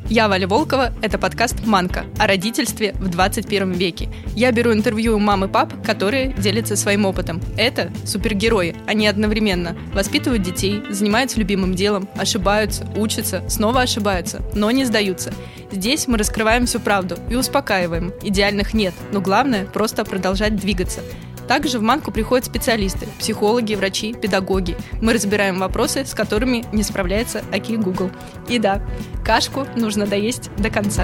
Я Валя Волкова, это подкаст «Манка» о родительстве в 21 веке. Я беру интервью у мам и пап, которые делятся своим опытом. Это супергерои, они одновременно воспитывают детей, занимаются любимым делом, ошибаются, учатся, снова ошибаются, но не сдаются. Здесь мы раскрываем всю правду и успокаиваем. Идеальных нет, но главное – просто продолжать двигаться. Также в Манку приходят специалисты – психологи, врачи, педагоги. Мы разбираем вопросы, с которыми не справляется АКИ Google. И да, кашку нужно доесть до конца.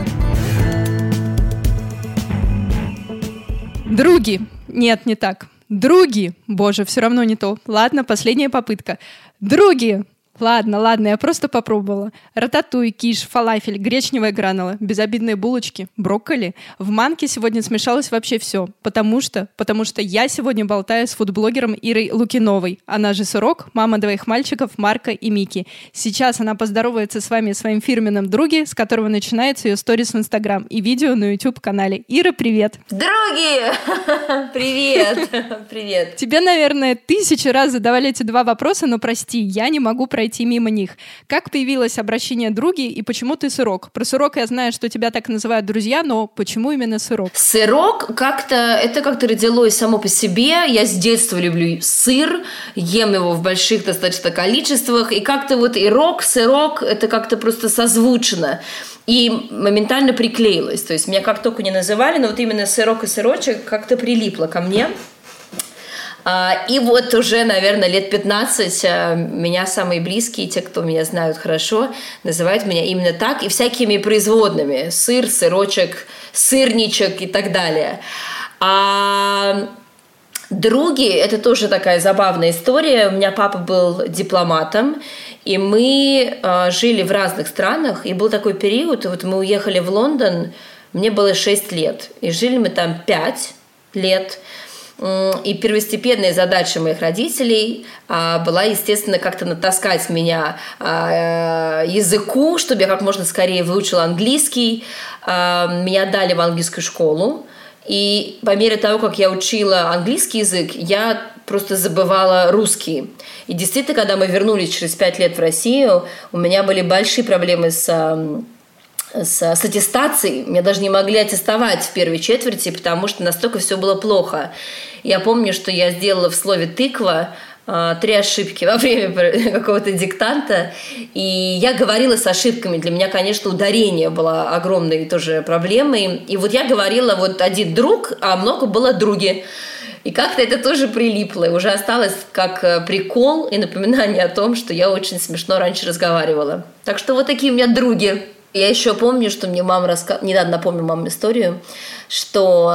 Други. Нет, не так. Други. Боже, все равно не то. Ладно, последняя попытка. Други. Ладно, я просто попробовала. Рататуй, киш, фалафель, гречневая гранула, безобидные булочки, брокколи. В Манке сегодня смешалось вообще все. Потому что я сегодня болтаю с фудблогером Ирой Лукиновой. Она же Сырок, мама двоих мальчиков Марка и Мики. Сейчас она поздоровается с вами своим фирменным друге, с которого начинается ее сторис в Инстаграм и видео на YouTube-канале. Ира, привет! Други! Привет! Привет! Тебе, наверное, 1000 раз задавали эти два вопроса, но прости, я не могу пройти мимо них. Как появилось обращение «други» и почему ты Сырок? Про Сырок я знаю, что тебя так называют друзья, но почему именно Сырок? Сырок это как-то родилось само по себе. Я с детства люблю сыр, ем его в больших достаточно количествах, и как-то вот и рок, сырок, это как-то просто созвучно. И моментально приклеилось. То есть меня как только не называли, но вот именно сырок и сырочек как-то прилипло ко мне. И вот уже, наверное, лет 15 меня самые близкие, те, кто меня знают хорошо, называют меня именно так и всякими производными. Сыр, сырочек, сырничек и так далее. А други – это тоже такая забавная история. У меня папа был дипломатом, и мы жили в разных странах. И был такой период, вот мы уехали в Лондон, мне было 6 лет. И жили мы там 5 лет. И первостепенная задача моих родителей была, естественно, как-то натаскать меня языку, чтобы я как можно скорее выучила английский. Меня отдали в английскую школу. И по мере того, как я учила английский язык, я просто забывала русский. И действительно, когда мы вернулись через 5 лет в Россию, у меня были большие проблемы с аттестацией. Меня даже не могли аттестовать в первой четверти, потому что настолько все было плохо. Я помню, что я сделала в слове «тыква» 3 ошибки во время какого-то диктанта, и я говорила с ошибками. Для меня, конечно, ударение было огромной тоже проблемой. И вот я говорила вот один друг, а много было други. И как-то это тоже прилипло. И уже осталось как прикол и напоминание о том, что я очень смешно раньше разговаривала. Так что вот такие у меня други. Я еще помню, что мне мама недавно напомнила маме историю, что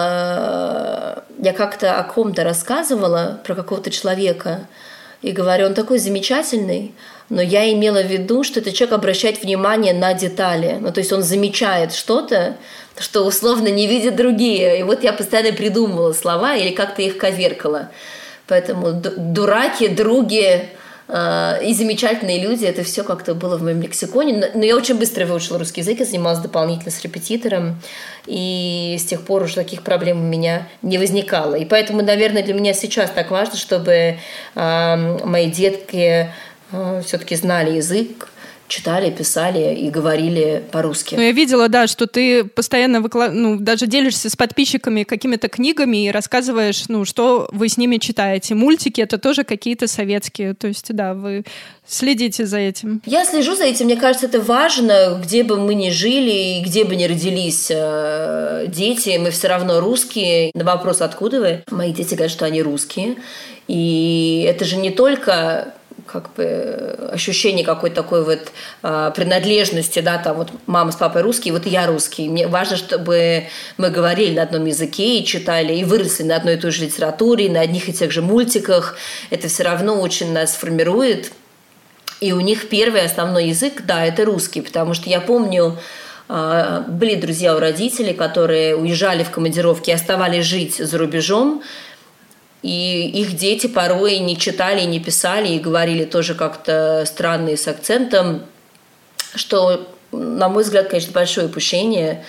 я как-то о ком-то рассказывала про какого-то человека и говорю, он такой замечательный, но я имела в виду, что этот человек обращает внимание на детали. Ну, то есть он замечает что-то, что условно не видят другие. И вот я постоянно придумывала слова или как-то их коверкала. Поэтому дураки, други и замечательные люди, это все как-то было в моем лексиконе. Но я очень быстро выучила русский язык, я занималась дополнительно с репетитором, и с тех пор уже таких проблем у меня не возникало. И поэтому, наверное, для меня сейчас так важно, чтобы мои детки все-таки знали язык, читали, писали и говорили по-русски. Ну, я видела, да, что ты постоянно даже делишься с подписчиками какими-то книгами и рассказываешь, что вы с ними читаете. Мультики — это тоже какие-то советские. То есть, да, вы следите за этим. Я слежу за этим. Мне кажется, это важно, где бы мы ни жили и где бы ни родились дети, мы все равно русские. На вопрос, откуда вы? Мои дети говорят, что они русские. И это же не только ощущение какой-то такой вот принадлежности, да, там вот мама с папой русские, вот я русский. Мне важно, чтобы мы говорили на одном языке и читали, и выросли на одной и той же литературе, на одних и тех же мультиках. Это все равно очень нас формирует. И у них первый основной язык, да, это русский, потому что я помню, были друзья у родителей, которые уезжали в командировки и оставались жить за рубежом, и их дети порой не читали, не писали и говорили тоже как-то странно и с акцентом, что, на мой взгляд, конечно, большое упущение.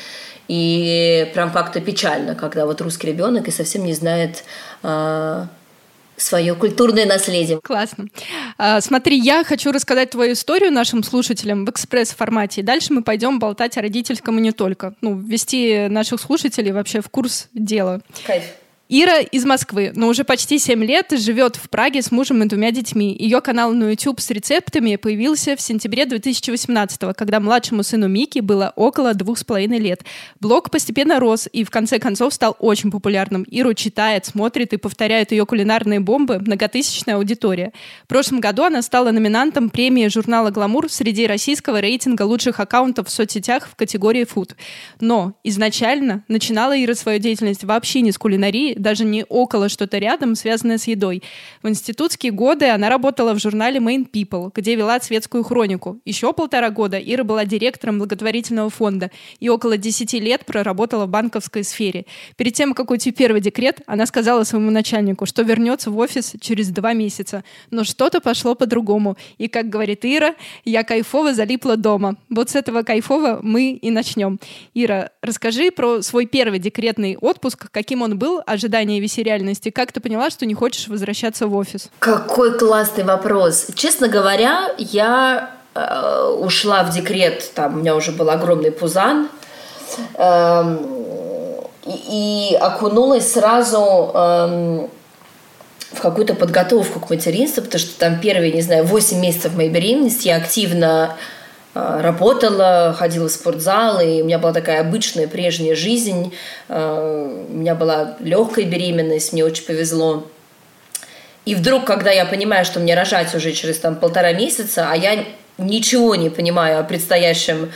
И прям как-то печально, когда вот русский ребенок и совсем не знает свое культурное наследие. Классно. Смотри, я хочу рассказать твою историю нашим слушателям в экспресс-формате. И дальше мы пойдем болтать о родительском и не только. Ввести наших слушателей вообще в курс дела. Кайф. Ира из Москвы, но уже почти 7 лет живет в Праге с мужем и 2 детьми. Ее канал на YouTube с рецептами появился в сентябре 2018-го, когда младшему сыну Мики было около 2,5 лет. Блог постепенно рос и в конце концов стал очень популярным. Иру читает, смотрит и повторяет ее кулинарные бомбы многотысячная аудитория. В прошлом году она стала номинантом премии журнала «Гламур» среди российского рейтинга лучших аккаунтов в соцсетях в категории «Фуд». Но изначально начинала Ира свою деятельность вообще не с кулинарии, даже не около что-то рядом, связанное с едой. В институтские годы она работала в журнале Main People, где вела светскую хронику. Еще 1,5 года Ира была директором благотворительного фонда и около 10 лет проработала в банковской сфере. Перед тем, как уйти в первый декрет, она сказала своему начальнику, что вернется в офис через 2 месяца. Но что-то пошло по-другому. И, как говорит Ира, я кайфово залипла дома. Вот с этого кайфово мы и начнем. Ира, расскажи про свой первый декретный отпуск, каким он был, ожидания и веси реальности. Как ты поняла, что не хочешь возвращаться в офис? Какой классный вопрос. Честно говоря, я ушла в декрет, там у меня уже был огромный пузан, и окунулась сразу в какую-то подготовку к материнству, потому что там первые, 8 месяцев моей беременности я активно работала, ходила в спортзал, и у меня была такая обычная прежняя жизнь. У меня была легкая беременность, мне очень повезло. И вдруг, когда я понимаю, что мне рожать уже через 1,5 месяца, а я ничего не понимаю о предстоящем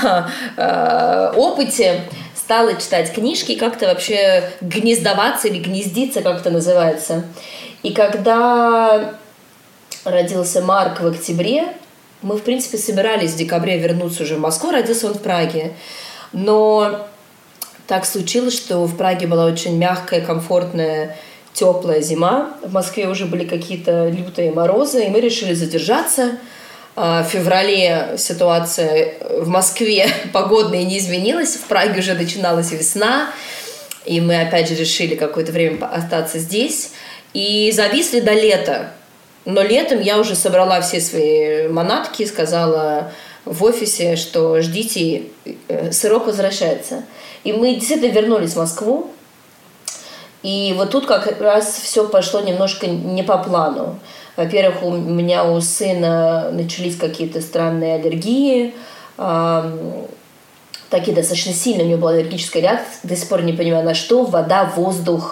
опыте, стала читать книжки и как-то вообще гнездоваться или гнездиться, как это называется. И когда родился Марк в октябре, мы, в принципе, собирались в декабре вернуться уже в Москву, родился он в Праге. Но так случилось, что в Праге была очень мягкая, комфортная, теплая зима. В Москве уже были какие-то лютые морозы, и мы решили задержаться. В феврале ситуация в Москве погодная не изменилась, в Праге уже начиналась весна, и мы опять же решили какое-то время остаться здесь. И зависли до лета. Но летом я уже собрала все свои манатки, сказала в офисе, что ждите, сырок возвращается. И мы действительно вернулись в Москву. И вот тут как раз все пошло немножко не по плану. Во-первых, у меня у сына начались какие-то странные аллергии. Такие достаточно сильные у него была аллергическая реакция. До сих пор не понимаю, на что. Вода, воздух,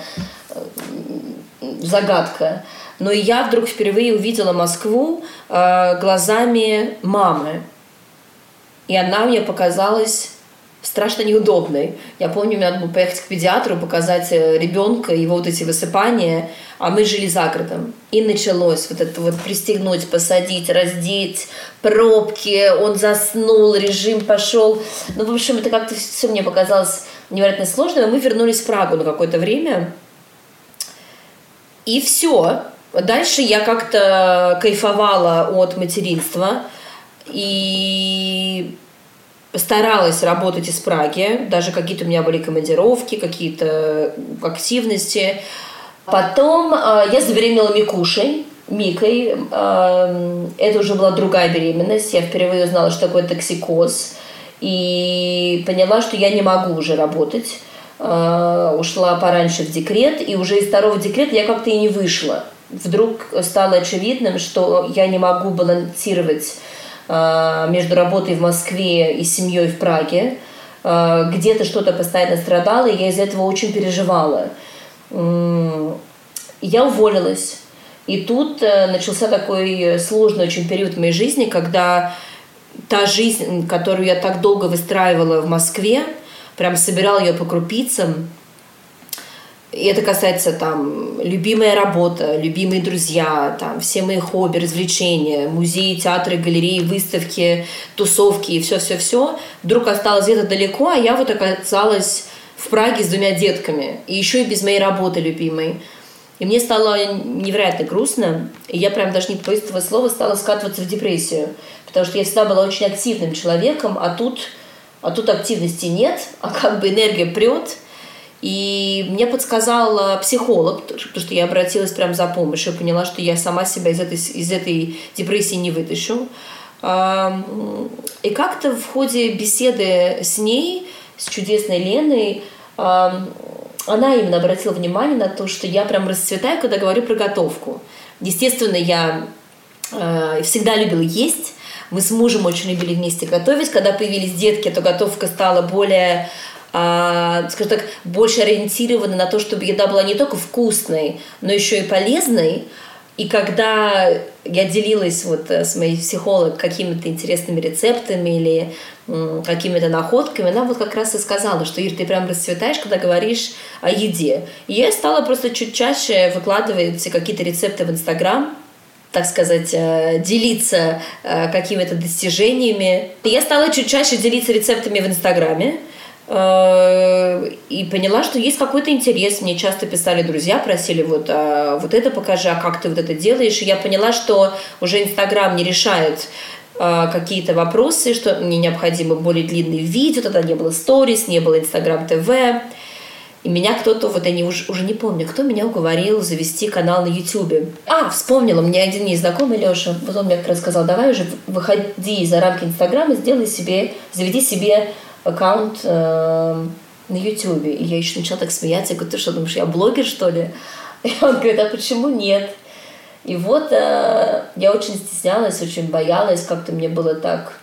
загадка. Но я вдруг впервые увидела Москву глазами мамы. И она мне показалась страшно неудобной. Я помню, мне надо было поехать к педиатру, показать ребенка, его вот эти высыпания, а мы жили за городом. И началось вот это вот пристегнуть, посадить, раздеть, пробки, он заснул, режим пошел. Ну, в общем, это как-то все мне показалось невероятно сложным. И мы вернулись в Прагу на какое-то время. И все. Дальше я как-то кайфовала от материнства и старалась работать из Праги. Даже какие-то у меня были командировки, какие-то активности. Потом я забеременела Микой. Это уже была другая беременность. Я впервые узнала, что такое токсикоз. И поняла, что я не могу уже работать. Ушла пораньше в декрет. И уже из 2-го декрета я как-то и не вышла. Вдруг стало очевидным, что я не могу балансировать между работой в Москве и семьей в Праге. Где-то что-то постоянно страдало, и я из-за этого очень переживала. Я уволилась. И тут начался такой сложный очень период в моей жизни, когда та жизнь, которую я так долго выстраивала в Москве, прям собирала ее по крупицам. И это касается там любимая работа, любимые друзья, там все мои хобби, развлечения, музеи, театры, галереи, выставки, тусовки и все-все-все. Вдруг осталось где-то далеко, а я вот оказалась в Праге с 2 детками. И еще и без моей работы любимой. И мне стало невероятно грустно. И я прям даже не побоюсь этого слова стала скатываться в депрессию. Потому что я всегда была очень активным человеком, а тут активности нет, а как бы энергия прет. И мне подсказал психолог, потому что я обратилась прямо за помощью, поняла, что я сама себя из этой депрессии не вытащу. И как-то в ходе беседы с ней, с чудесной Леной, она именно обратила внимание на то, что я прям расцветаю, когда говорю про готовку. Естественно, я всегда любила есть. Мы с мужем очень любили вместе готовить. Когда появились детки, то готовка стала более, скажем так, больше ориентирована на то, чтобы еда была не только вкусной, но еще и полезной. И когда я делилась с моей психологом какими-то интересными рецептами или какими-то находками, она как раз и сказала, что, Ир, ты прям расцветаешь, когда говоришь о еде. И я стала просто чуть чаще выкладывать какие-то рецепты в Инстаграм, так сказать, делиться какими-то достижениями. И я стала чуть чаще делиться рецептами в Инстаграме. И поняла, что есть какой-то интерес. Мне часто писали друзья, просили вот это покажи, а как ты вот это делаешь. И я поняла, что уже Инстаграм не решает какие-то вопросы, что мне необходимы более длинные видео, тогда не было сторис, не было Инстаграм ТВ. И меня кто-то, я уже не помню, кто меня уговорил завести канал на Ютубе. Вспомнила, мне один есть знакомый, Леша, вот он мне как раз сказал, давай уже выходи за рамки Инстаграма, заведи себе аккаунт на Ютубе. И я еще начала так смеяться. Я говорю, ты что, думаешь, я блогер, что ли? И он говорит, а почему нет? И я очень стеснялась, очень боялась, как-то мне было так...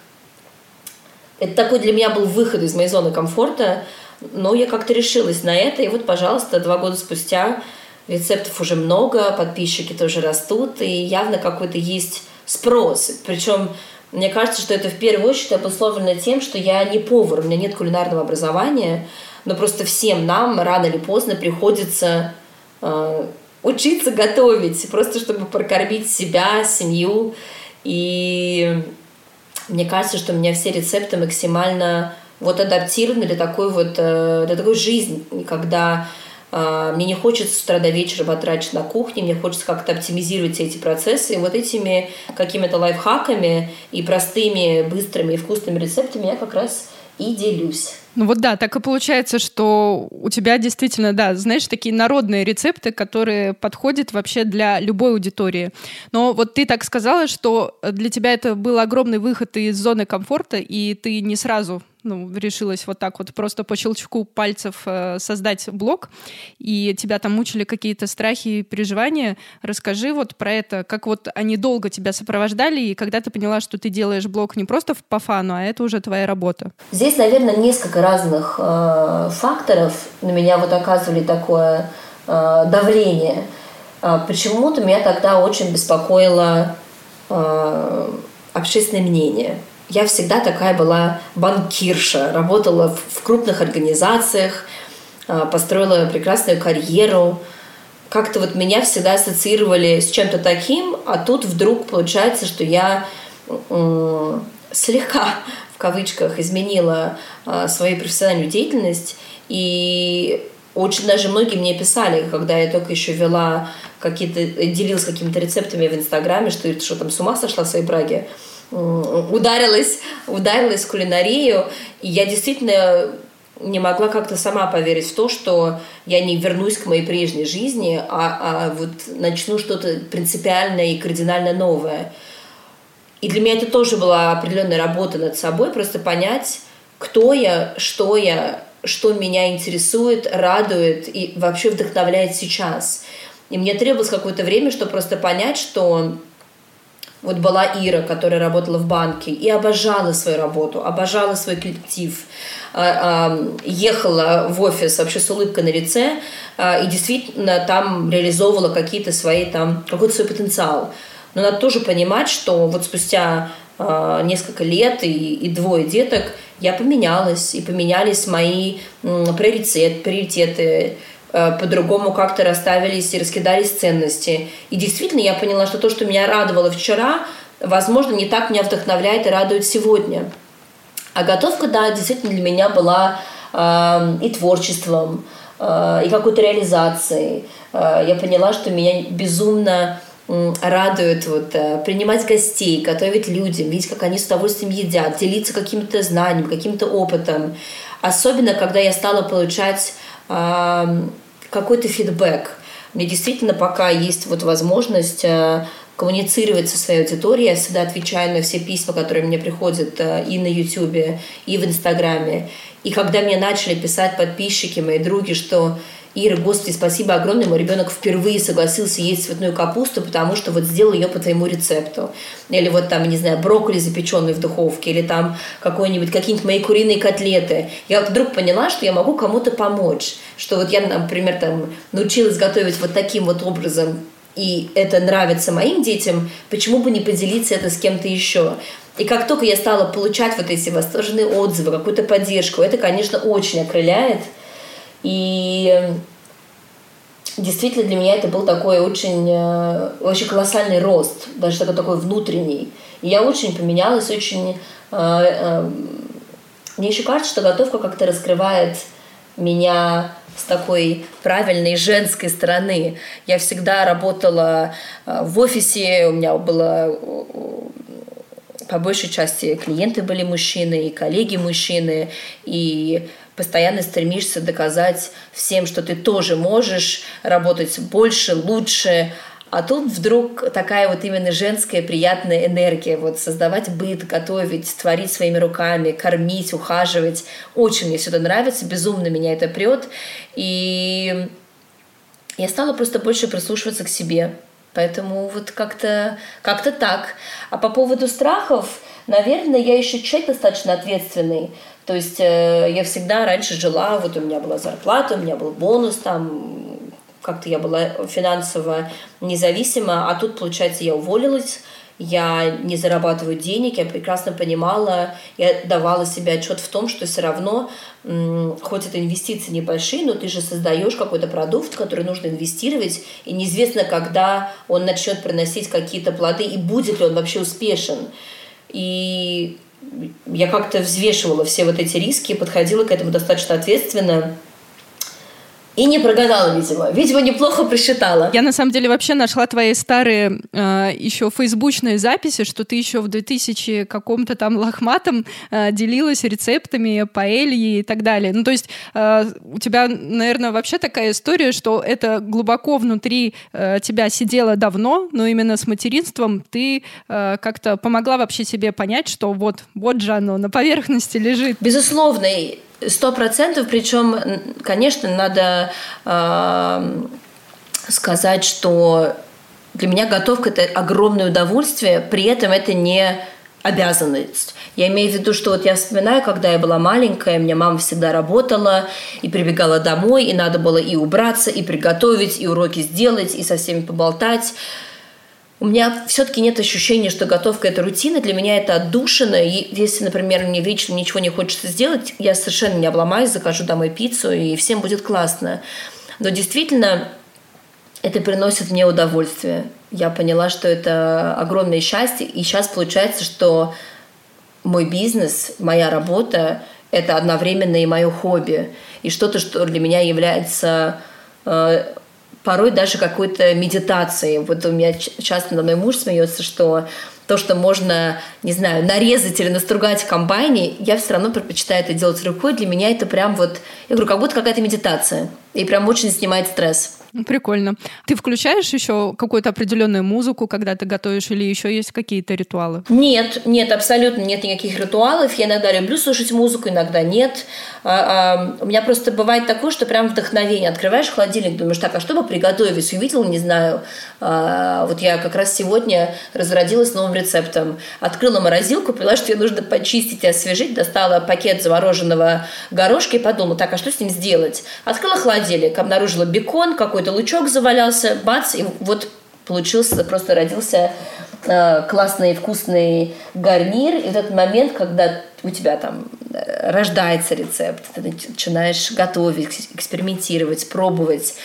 Это такой для меня был выход из моей зоны комфорта, но я как-то решилась на это. И пожалуйста, 2 года спустя рецептов уже много, подписчики тоже растут, и явно какой-то есть спрос. Причем мне кажется, что это в первую очередь обусловлено тем, что я не повар, у меня нет кулинарного образования, но просто всем нам рано или поздно приходится учиться готовить, просто чтобы прокормить себя, семью. И мне кажется, что у меня все рецепты максимально адаптированы для такой жизни, когда мне не хочется с утра до вечера потрачать на кухне, мне хочется как-то оптимизировать все эти процессы. И этими какими-то лайфхаками и простыми, быстрыми и вкусными рецептами я как раз и делюсь. Так и получается, что у тебя действительно, знаешь, такие народные рецепты, которые подходят вообще для любой аудитории. Но ты так сказала, что для тебя это был огромный выход из зоны комфорта, и ты не сразу решилась просто по щелчку пальцев создать блог, и тебя там мучили какие-то страхи и переживания. Расскажи про это, как они долго тебя сопровождали, и когда ты поняла, что ты делаешь блог не просто по фану, а это уже твоя работа. Здесь, наверное, несколько разных факторов на меня оказывали такое давление. Почему-то меня тогда очень беспокоило общественное мнение. Я всегда такая была банкирша, работала в крупных организациях, построила прекрасную карьеру. Как-то меня всегда ассоциировали с чем-то таким, а тут вдруг получается, что я слегка, в кавычках, изменила свою профессиональную деятельность. И очень даже многие мне писали, когда я только еще делилась какими-то рецептами в Инстаграме, что там с ума сошла в своей Праге. Ударилась в кулинарию, и я действительно не могла как-то сама поверить в то, что я не вернусь к моей прежней жизни, а начну что-то принципиальное и кардинально новое. И для меня это тоже была определенная работа над собой, просто понять, кто я, что меня интересует, радует и вообще вдохновляет сейчас. И мне требовалось какое-то время, чтобы просто понять, что была Ира, которая работала в банке и обожала свою работу, обожала свой коллектив, ехала в офис вообще с улыбкой на лице и действительно там реализовывала какой-то свой потенциал. Но надо тоже понимать, что спустя несколько лет и 2 деток я поменялась, и поменялись мои приоритеты, по-другому как-то расставились и раскидались ценности. И действительно я поняла, что то, что меня радовало вчера, возможно, не так меня вдохновляет и радует сегодня. А готовка, действительно для меня была и творчеством, и какой-то реализацией. Я поняла, что меня безумно радует принимать гостей, готовить людям, видеть, как они с удовольствием едят, делиться какими-то знаниями, каким-то опытом. Особенно, когда я стала получать какой-то фидбэк. Мне действительно пока есть вот возможность коммуницировать со своей аудиторией. Я всегда отвечаю на все письма, которые мне приходят и на Ютубе, и в Инстаграме. И когда мне начали писать подписчики, мои други, что Ира, господи, спасибо огромное, мой ребенок впервые согласился есть цветную капусту, потому что вот сделал ее по твоему рецепту. Или вот там, не знаю, брокколи, запеченный в духовке, или там какие-нибудь мои куриные котлеты. Я вдруг поняла, что я могу кому-то помочь. Что вот я, например, там научилась готовить вот таким вот образом, и это нравится моим детям, почему бы не поделиться это с кем-то еще? И как только я стала получать вот эти восторженные отзывы, какую-то поддержку, это, конечно, очень окрыляет. И действительно для меня это был такой очень колоссальный рост, даже такой внутренний. И я очень поменялась, очень... Мне еще кажется, что готовка как-то раскрывает меня с такой правильной женской стороны. Я всегда работала в офисе, у меня было по большей части клиенты были мужчины, и коллеги мужчины, и постоянно стремишься доказать всем, что ты тоже можешь работать больше, лучше. А тут вдруг такая вот именно женская приятная энергия. Вот создавать быт, готовить, творить своими руками, кормить, ухаживать. Очень мне все это нравится, безумно меня это прет. И я стала просто больше прислушиваться к себе. Поэтому вот как-то так. А по поводу страхов, наверное, я еще человек достаточно ответственный. То есть я всегда раньше жила, вот у меня была зарплата, у меня был бонус, там как-то я была финансово независима, а тут, получается, я уволилась, я не зарабатываю денег, я прекрасно понимала, я давала себе отчет в том, что все равно, хоть это инвестиции небольшие, но ты же создаешь какой-то продукт, в который нужно инвестировать, и неизвестно, когда он начнет приносить какие-то плоды, и будет ли он вообще успешен. И я как-то взвешивала все вот эти риски, подходила к этому достаточно ответственно. И не прогадала, видимо. Видимо, неплохо просчитала. Я, на самом деле, вообще нашла твои старые еще фейсбучные записи, что ты еще в 2000 каком-то там лохматом делилась рецептами паэльи и так далее. Ну, то есть у тебя, наверное, вообще такая история, что это глубоко внутри тебя сидело давно, но именно с материнством ты как-то помогла вообще себе понять, что вот же оно на поверхности лежит. Безусловно. 100%, причем, конечно, надо сказать, что для меня готовка – это огромное удовольствие, при этом это не обязанность. Я имею в виду, что вот я вспоминаю, когда я была маленькая, у меня мама всегда работала и прибегала домой, и надо было и убраться, и приготовить, и уроки сделать, и со всеми поболтать. У меня все-таки нет ощущения, что готовка – это рутина. Для меня это отдушина. И если, например, мне лично ничего не хочется сделать, я совершенно не обломаюсь, закажу домой пиццу, и всем будет классно. Но действительно, это приносит мне удовольствие. Я поняла, что это огромное счастье. И сейчас получается, что мой бизнес, моя работа – это одновременно и мое хобби. И что-то, что для меня является порой даже какой-то медитацией. Вот у меня часто надо мной муж смеется, что то, что можно, не знаю, нарезать или настругать в комбайне, я все равно предпочитаю это делать рукой. Для меня это прям вот, я говорю, как будто какая-то медитация. И прям очень снимает стресс. Прикольно. Ты включаешь еще какую-то определенную музыку, когда ты готовишь, или еще есть какие-то ритуалы? Нет, абсолютно нет никаких ритуалов. Я иногда люблю слушать музыку, иногда нет. У меня просто бывает такое, что прям вдохновение. Открываешь холодильник, думаешь, так, а что бы приготовить? Увидела, не знаю. Вот я как раз сегодня разродилась новым рецептом. Открыла морозилку, поняла, что ее нужно почистить и освежить. Достала пакет замороженного горошка и подумала, так, а что с ним сделать? Открыла холодильник, обнаружила бекон, какой-то лучок завалялся, бац, и вот получился, просто родился классный вкусный гарнир. И в этот момент, когда у тебя там рождается рецепт, ты начинаешь готовить, экспериментировать, пробовать,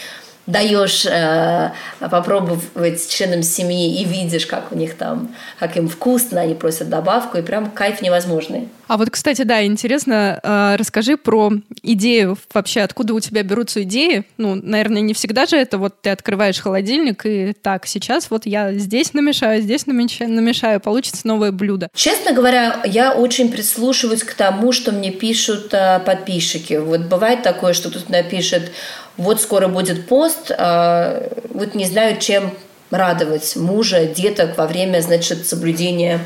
даешь попробовать членам семьи и видишь, как у них там, как им вкусно, они просят добавку, и прям кайф невозможный. А вот, кстати, да, интересно, расскажи про идею вообще, откуда у тебя берутся идеи. Ну, наверное, не всегда же это вот ты открываешь холодильник и так, сейчас вот я здесь намешаю, получится новое блюдо. Честно говоря, я очень прислушиваюсь к тому, что мне пишут подписчики. Вот бывает такое, что кто-то напишет: вот скоро будет пост, вот не знаю, чем радовать мужа, деток во время, значит, соблюдения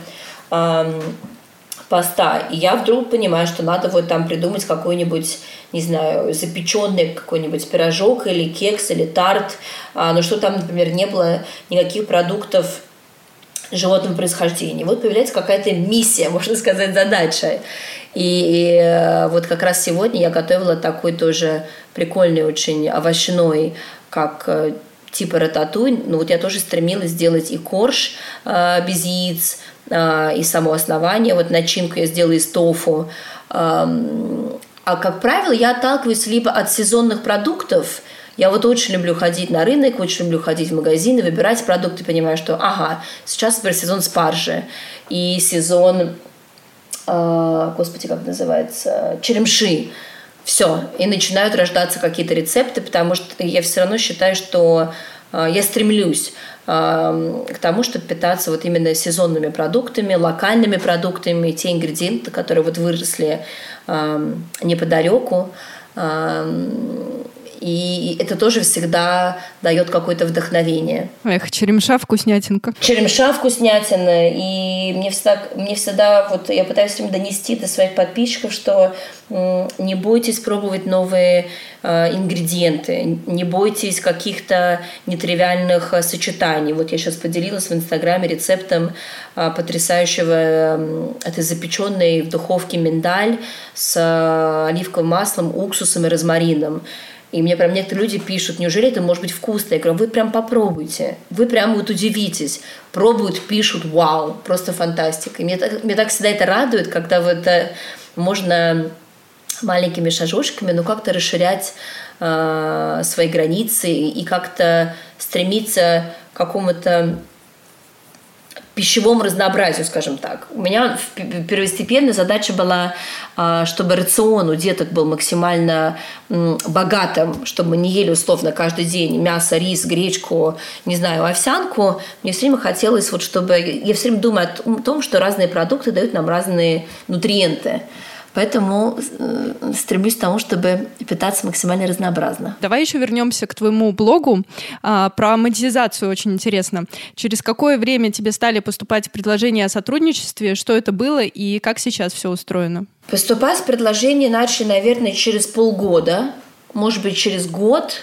поста. И я вдруг понимаю, что надо вот там придумать какой-нибудь, не знаю, запеченный какой-нибудь пирожок или кекс, или тарт, но что там, например, не было никаких продуктов животного происхождения. Вот появляется какая-то миссия, можно сказать, задача. И вот как раз сегодня я готовила такой тоже прикольный, очень овощной, как типа рататуй. Ну вот я тоже стремилась сделать и корж без яиц, и само основание. Вот начинку я сделала из тофу. А, как правило, я отталкиваюсь либо от сезонных продуктов. Я вот очень люблю ходить на рынок, очень люблю ходить в магазины, выбирать продукты, понимаю, что сейчас, например, сезон спаржи и сезон, господи, как называется, черемши. Все, и начинают рождаться какие-то рецепты, потому что я все равно считаю, что я стремлюсь к тому, чтобы питаться вот именно сезонными продуктами, локальными продуктами, те ингредиенты, которые вот выросли неподалеку. И это тоже всегда дает какое-то вдохновение. Эх, черемша вкуснятинка. Черемша вкуснятина. И мне всегда вот я пытаюсь им донести до своих подписчиков, что не бойтесь пробовать новые ингредиенты, не бойтесь каких-то нетривиальных сочетаний. Вот я сейчас поделилась в Инстаграме рецептом потрясающего, это запеченный в духовке миндаль с оливковым маслом, уксусом и розмарином. И мне прям некоторые люди пишут: неужели это может быть вкусно? Я говорю: вы прям попробуйте, вы прям вот удивитесь. Пробуют, пишут: вау, просто фантастика. И меня так всегда это радует, когда вот можно маленькими шажочками, но как-то расширять свои границы и как-то стремиться к какому-то пищевому разнообразию, скажем так. У меня первостепенная задача была, чтобы рацион у деток был максимально богатым, чтобы мы не ели условно каждый день мясо, рис, гречку, не знаю, овсянку. Мне все время хотелось, вот чтобы... Я все время думаю о том, что разные продукты дают нам разные нутриенты. Поэтому стремлюсь к тому, чтобы питаться максимально разнообразно. Давай еще вернемся к твоему блогу. Про монетизацию очень интересно. Через какое время тебе стали поступать предложения о сотрудничестве? Что это было и как сейчас все устроено? Поступать предложения начали, наверное, через полгода, может быть, через год.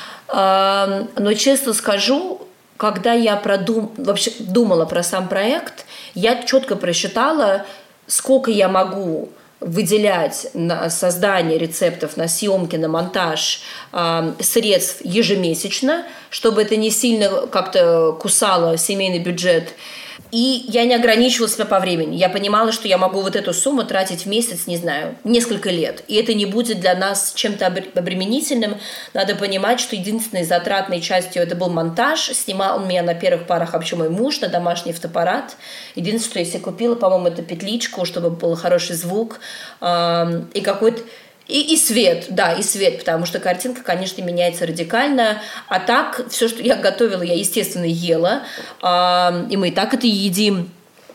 Но, честно скажу, когда я вообще думала про сам проект, я четко просчитала, сколько я могу выделять на создание рецептов, на съемки, на монтаж средств ежемесячно, чтобы это не сильно как-то кусало семейный бюджет. И я не ограничивала себя по времени. Я понимала, что я могу вот эту сумму тратить в месяц, не знаю, несколько лет. И это не будет для нас чем-то обременительным. Надо понимать, что единственной затратной частью это был монтаж. Снимал меня на первых парах вообще мой муж на домашний фотоаппарат. Единственное, что я себе купила, по-моему, это петличку, чтобы был хороший звук. И какой-то... И свет, да, и свет, потому что картинка, конечно, меняется радикально. А так, все, что я готовила, я, естественно, ела. И мы и так это едим.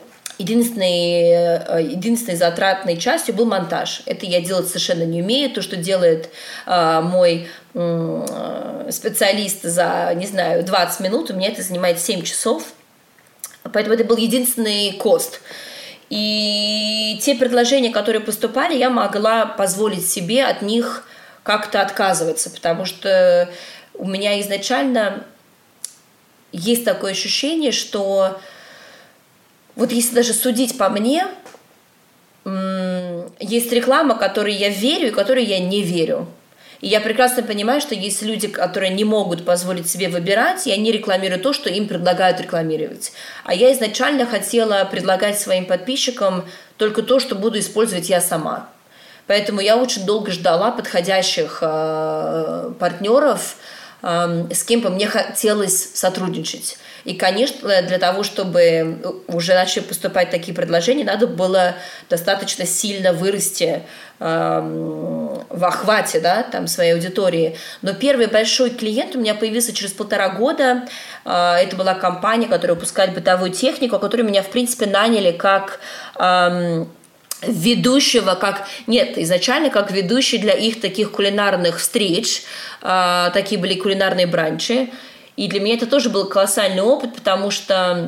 Единственной затратной частью был монтаж. Это я делать совершенно не умею. То, что делает мой специалист за, не знаю, 20 минут, у меня это занимает 7 часов. Поэтому это был единственный кост. И те предложения, которые поступали, я могла позволить себе от них как-то отказываться, потому что у меня изначально есть такое ощущение, что вот если даже судить по мне, есть реклама, которой я верю и которой я не верю. И я прекрасно понимаю, что есть люди, которые не могут позволить себе выбирать, и они рекламируют то, что им предлагают рекламировать. А я изначально хотела предлагать своим подписчикам только то, что буду использовать я сама. Поэтому я очень долго ждала подходящих партнеров, с кем бы мне хотелось сотрудничать. И, конечно, для того, чтобы уже начали поступать такие предложения, надо было достаточно сильно вырасти в охвате, да, там, своей аудитории. Но первый большой клиент у меня появился через 1,5 года. Это была компания, которая выпускает бытовую технику, которую меня, в принципе, наняли как ведущего, изначально как ведущий для их таких кулинарных встреч. Такие были кулинарные бранчи. И для меня это тоже был колоссальный опыт, потому что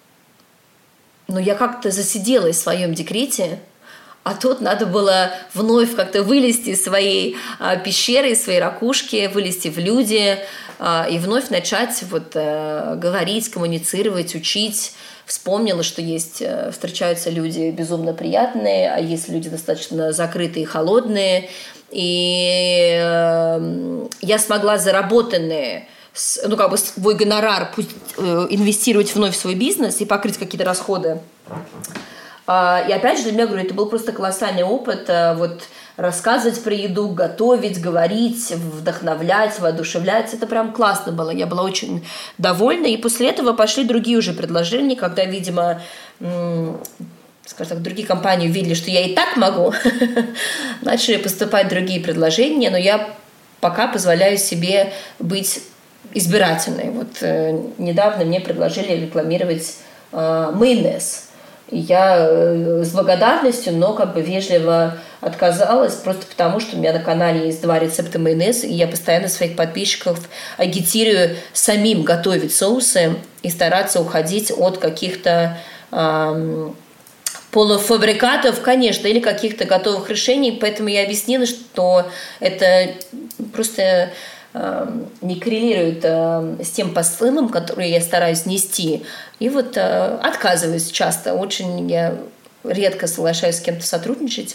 я как-то засиделась в своем декрете, а тут надо было вновь как-то вылезти из своей пещеры, из своей ракушки, вылезти в люди и вновь начать говорить, коммуницировать, учить. Вспомнила, что встречаются люди безумно приятные, а есть люди достаточно закрытые и холодные. И я смогла заработанные свой гонорар инвестировать вновь в свой бизнес и покрыть какие-то расходы. И опять же, для меня, говорю, это был просто колоссальный опыт. Рассказывать про еду, готовить, говорить, вдохновлять, воодушевлять. Это прям классно было. Я была очень довольна. И после этого пошли другие уже предложения, когда, видимо, скажем так, другие компании увидели, что я и так могу. Начали поступать другие предложения, но я пока позволяю себе быть избирательной. Недавно мне предложили рекламировать майонез. Я с благодарностью, но вежливо отказалась, просто потому, что у меня на канале есть 2 рецепта майонеза, и я постоянно своих подписчиков агитирую самим готовить соусы и стараться уходить от каких-то полуфабрикатов, конечно, или каких-то готовых решений. Поэтому я объяснила, что это просто не коррелирует с тем посылом, который я стараюсь нести. И отказываюсь часто. Очень я редко соглашаюсь с кем-то сотрудничать.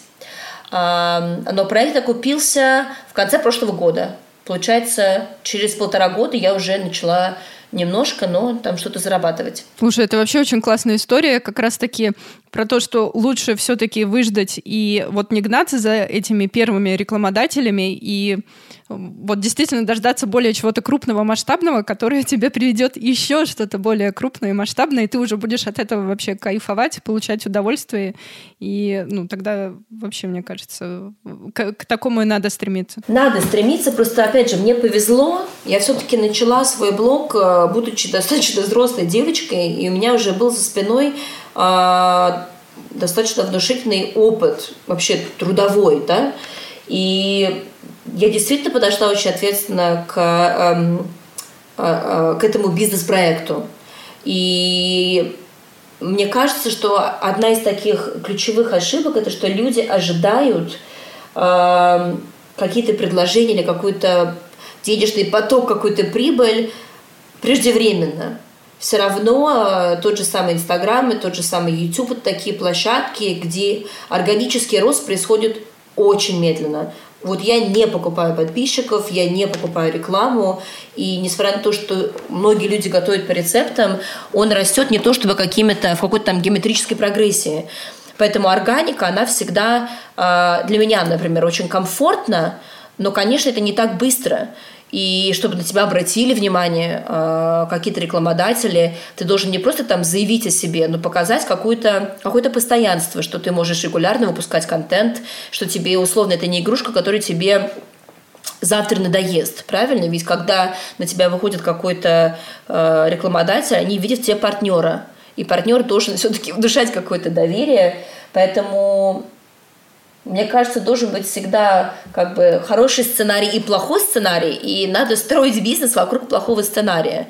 Но проект окупился в конце прошлого года. Получается, через 1,5 года я уже начала немножко, но там что-то зарабатывать. Слушай, это вообще очень классная история, как раз-таки про то, что лучше все-таки выждать и не гнаться за этими первыми рекламодателями и действительно дождаться более чего-то крупного, масштабного, которое тебе приведет еще что-то более крупное и масштабное, и ты уже будешь от этого вообще кайфовать, получать удовольствие. И тогда вообще, мне кажется, к такому и надо стремиться. Надо стремиться, просто, опять же, мне повезло. Я все-таки начала свой блог, будучи достаточно взрослой девочкой, и у меня уже был за спиной достаточно внушительный опыт, вообще трудовой, да, и я действительно подошла очень ответственно к этому бизнес-проекту. И мне кажется, что одна из таких ключевых ошибок – это что люди ожидают какие-то предложения или какой-то денежный поток, какую-то прибыль преждевременно. Все равно тот же самый Инстаграм и тот же самый YouTube – это такие площадки, где органический рост происходит очень медленно. Я не покупаю подписчиков, я не покупаю рекламу, и несмотря на то, что многие люди готовят по рецептам, он растет не то чтобы в какой-то там геометрической прогрессии. Поэтому органика, она всегда для меня, например, очень комфортна, но, конечно, это не так быстро. И чтобы на тебя обратили внимание какие-то рекламодатели, ты должен не просто там заявить о себе, но показать какое-то постоянство, что ты можешь регулярно выпускать контент, что тебе, условно, это не игрушка, которая тебе завтра надоест, правильно? Ведь когда на тебя выходит какой-то рекламодатель, они видят в тебе партнера. И партнер должен все-таки внушать какое-то доверие. Поэтому, мне кажется, должен быть всегда хороший сценарий и плохой сценарий, и надо строить бизнес вокруг плохого сценария.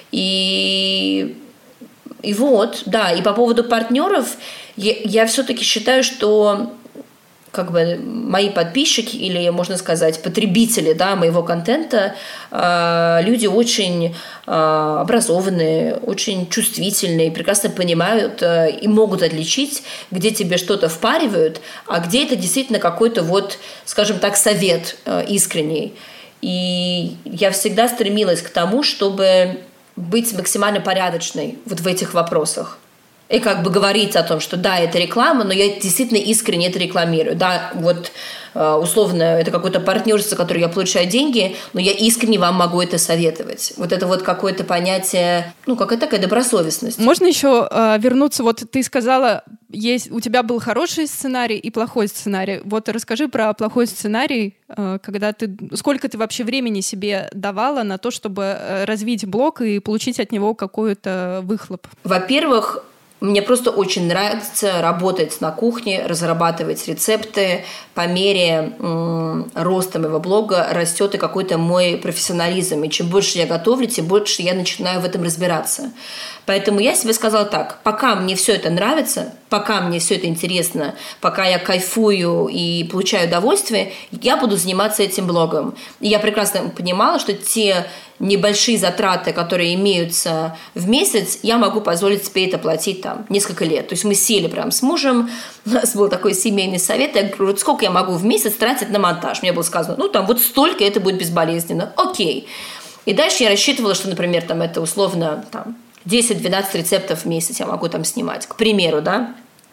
И И вот, да, и по поводу партнеров, я все-таки считаю, что как бы мои подписчики или, можно сказать, потребители, да, моего контента, люди очень образованные, очень чувствительные, прекрасно понимают и могут отличить, где тебе что-то впаривают, а где это действительно какой-то вот, скажем так, совет искренний. И я всегда стремилась к тому, чтобы быть максимально порядочной вот в этих вопросах. и как бы говорить о том, что да, это реклама, но я действительно искренне это рекламирую. Да, вот условно, это какое-то партнерство, за которое я получаю деньги, но я искренне вам могу это советовать. Вот это вот какое-то понятие, какая-то такая добросовестность. Можно еще вернуться, вот ты сказала, у тебя был хороший сценарий и плохой сценарий. Вот расскажи про плохой сценарий, сколько ты вообще времени себе давала на то, чтобы развить блог и получить от него какой-то выхлоп? Во-первых, мне просто очень нравится работать на кухне, разрабатывать рецепты. По мере роста моего блога растет и какой-то мой профессионализм. И чем больше я готовлю, тем больше я начинаю в этом разбираться. Поэтому я себе сказала так: пока мне все это нравится, пока мне все это интересно, пока я кайфую и получаю удовольствие, я буду заниматься этим блогом. И я прекрасно понимала, что те небольшие затраты, которые имеются в месяц, я могу позволить себе это платить несколько лет. То есть мы сели прям с мужем, у нас был такой семейный совет, я говорю, вот сколько я могу в месяц тратить на монтаж? Мне было сказано, вот столько, это будет безболезненно. Окей. И дальше я рассчитывала, что, например, это условно 10-12 рецептов в месяц я могу снимать, к примеру, да,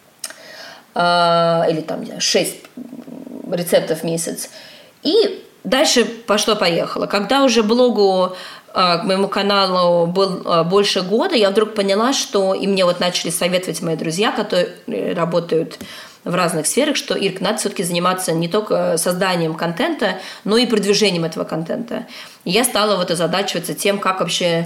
или 6 рецептов в месяц. И дальше пошло-поехало. Когда уже блогу, к моему каналу был больше года, я вдруг поняла, что, и мне начали советовать мои друзья, которые работают в разных сферах, что, Ирк, надо все-таки заниматься не только созданием контента, но и продвижением этого контента. И я стала озадачиваться тем, как вообще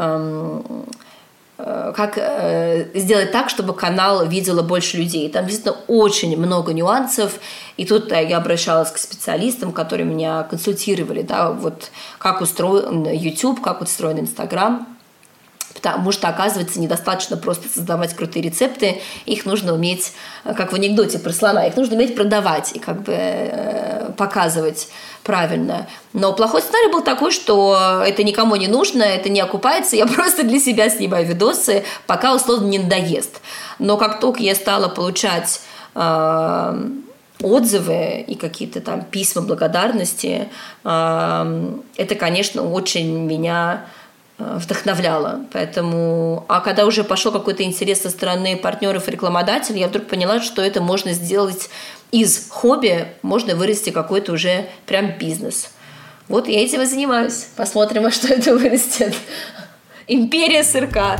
сделать так, чтобы канал видело больше людей. Там действительно очень много нюансов. И тут я обращалась к специалистам, которые меня консультировали, как устроен YouTube, как устроен Instagram. Потому что, оказывается, недостаточно просто создавать крутые рецепты, их нужно уметь, как в анекдоте про слона, их нужно уметь продавать и показывать правильно. Но плохой сценарий был такой, что это никому не нужно, это не окупается, я просто для себя снимаю видосы, пока условно не надоест. Но как только я стала получать отзывы и какие-то письма благодарности, это, конечно, очень меня вдохновляло. Поэтому, когда уже пошел какой-то интерес со стороны партнеров и рекламодателей, я вдруг поняла, что это можно сделать из хобби, можно вырасти какой-то уже прям бизнес. Вот я этим и занимаюсь. Посмотрим, во что это вырастет. Империя сырка.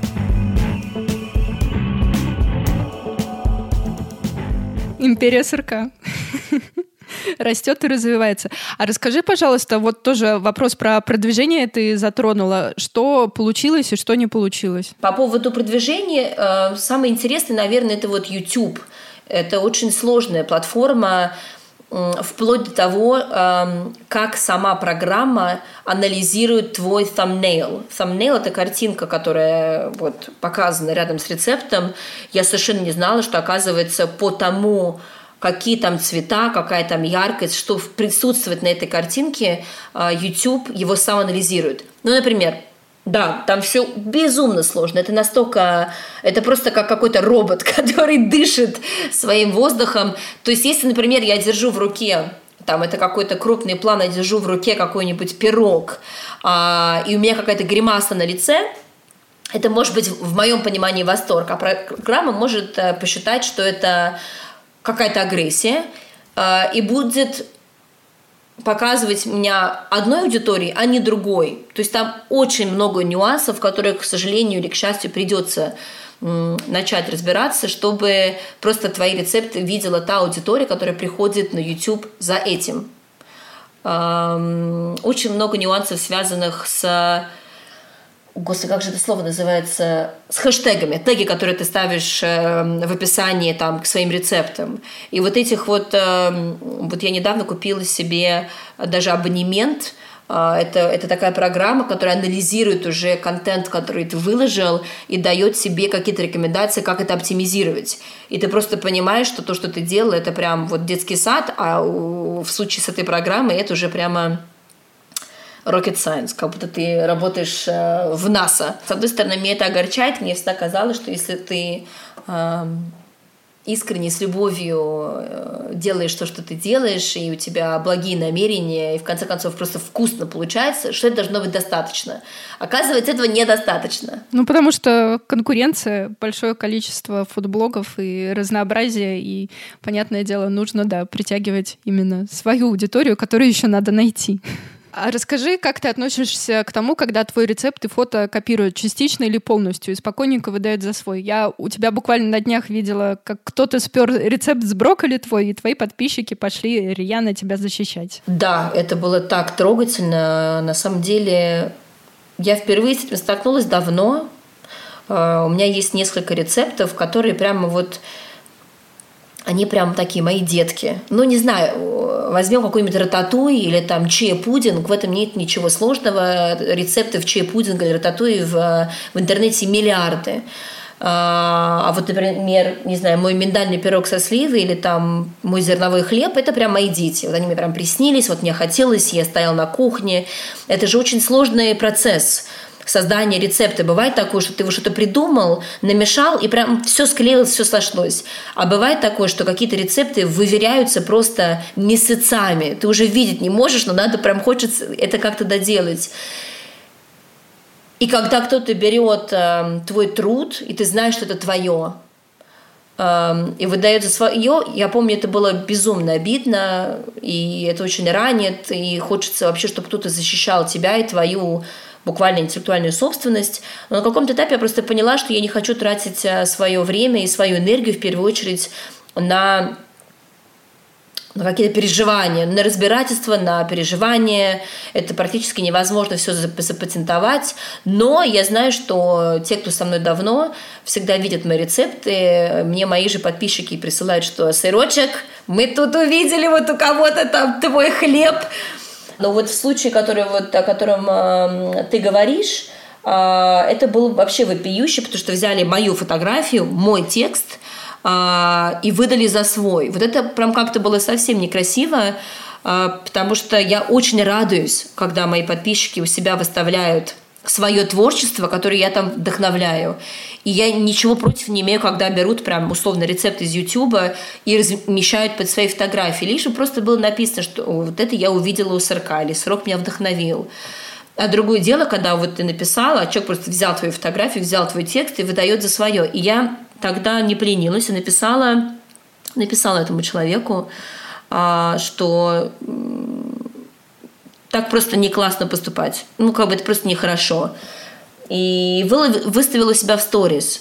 Империя сырка. Растет и развивается. А расскажи, пожалуйста, тоже вопрос про продвижение ты затронула. Что получилось и что не получилось? По поводу продвижения, самое интересное, наверное, это YouTube. Это очень сложная платформа, вплоть до того, как сама программа анализирует твой thumbnail. Thumbnail – это картинка, которая показана рядом с рецептом. Я совершенно не знала, что, оказывается, по тому, какие там цвета, какая там яркость, что присутствует на этой картинке, YouTube его сам анализирует. Например, да, там все безумно сложно. Это настолько... Это просто как какой-то робот, который дышит своим воздухом. То есть, если, например, я держу в руке, это какой-то крупный план, я держу в руке какой-нибудь пирог, и у меня какая-то гримаса на лице, это может быть в моем понимании восторг. А программа может посчитать, что это какая-то агрессия, и будет показывать меня одной аудитории, а не другой. То есть там очень много нюансов, которые, к сожалению или к счастью, придется начать разбираться, чтобы просто твои рецепты видела та аудитория, которая приходит на YouTube за этим. Очень много нюансов, связанных с... Господи, как же это слово называется? С хэштегами. Теги, которые ты ставишь в описании к своим рецептам. И этих я недавно купила себе даже абонемент. Это такая программа, которая анализирует уже контент, который ты выложил, и дает себе какие-то рекомендации, как это оптимизировать. И ты просто понимаешь, что то, что ты делал, это прям детский сад, а в случае с этой программой это уже прямо... rocket science, как будто ты работаешь в НАСА. С одной стороны, меня это огорчает, мне всегда казалось, что если ты искренне, с любовью делаешь то, что ты делаешь, и у тебя благие намерения, и в конце концов просто вкусно получается, что это должно быть достаточно. Оказывается, этого недостаточно. Потому что конкуренция, большое количество фудблогов и разнообразие, и, понятное дело, нужно, притягивать именно свою аудиторию, которую еще надо найти. А расскажи, как ты относишься к тому, когда твой рецепт и фото копируют частично или полностью и спокойненько выдают за свой? Я у тебя буквально на днях видела, как кто-то спер рецепт с брокколи твой, и твои подписчики пошли рьяно тебя защищать. Да, это было так трогательно. На самом деле, я впервые с этим столкнулась давно. У меня есть несколько рецептов, которые прямо они прям такие мои детки. Не знаю, возьмем какой-нибудь рататуй или там чия-пудинг, в этом нет ничего сложного. Рецептов чия-пудинга или рататуи в интернете миллиарды. А вот, например, не знаю, мой миндальный пирог со сливой или там мой зерновой хлеб – это прям мои дети. Они мне прям приснились, мне хотелось, я стояла на кухне. Это же очень сложный процесс создания рецепта. Бывает такое, что ты что-то придумал, намешал, и прям все склеилось, все сошлось. А бывает такое, что какие-то рецепты выверяются просто месяцами. Ты уже видеть не можешь, но надо прям хочется это как-то доделать. И когда кто-то берет твой труд, и ты знаешь, что это твое, и выдает за свое, я помню, это было безумно обидно, и это очень ранит, и хочется вообще, чтобы кто-то защищал тебя и твою буквально интеллектуальную собственность. Но на каком-то этапе я просто поняла, что я не хочу тратить свое время и свою энергию в первую очередь на какие-то переживания, на разбирательство, на переживания. Это практически невозможно все запатентовать. Но я знаю, что те, кто со мной давно, всегда видят мои рецепты. Мне мои же подписчики присылают, что «Сырочек, мы тут увидели у кого-то там твой хлеб». Но в случае, о котором ты говоришь, это было вообще вопиюще, потому что взяли мою фотографию, мой текст и выдали за свой. Это прям как-то было совсем некрасиво, потому что я очень радуюсь, когда мои подписчики у себя выставляют свое творчество, которое я там вдохновляю. И я ничего против не имею, когда берут прям условно рецепт из Ютуба и размещают под свои фотографии. Лишь бы просто было написано, что это я увидела у сырка, или сырок меня вдохновил. А другое дело, когда ты написала, а человек просто взял твою фотографию, взял твой текст и выдает за свое. И я тогда не поленилась и написала этому человеку, что так просто не классно поступать. Это просто нехорошо. И выставила себя в сторис,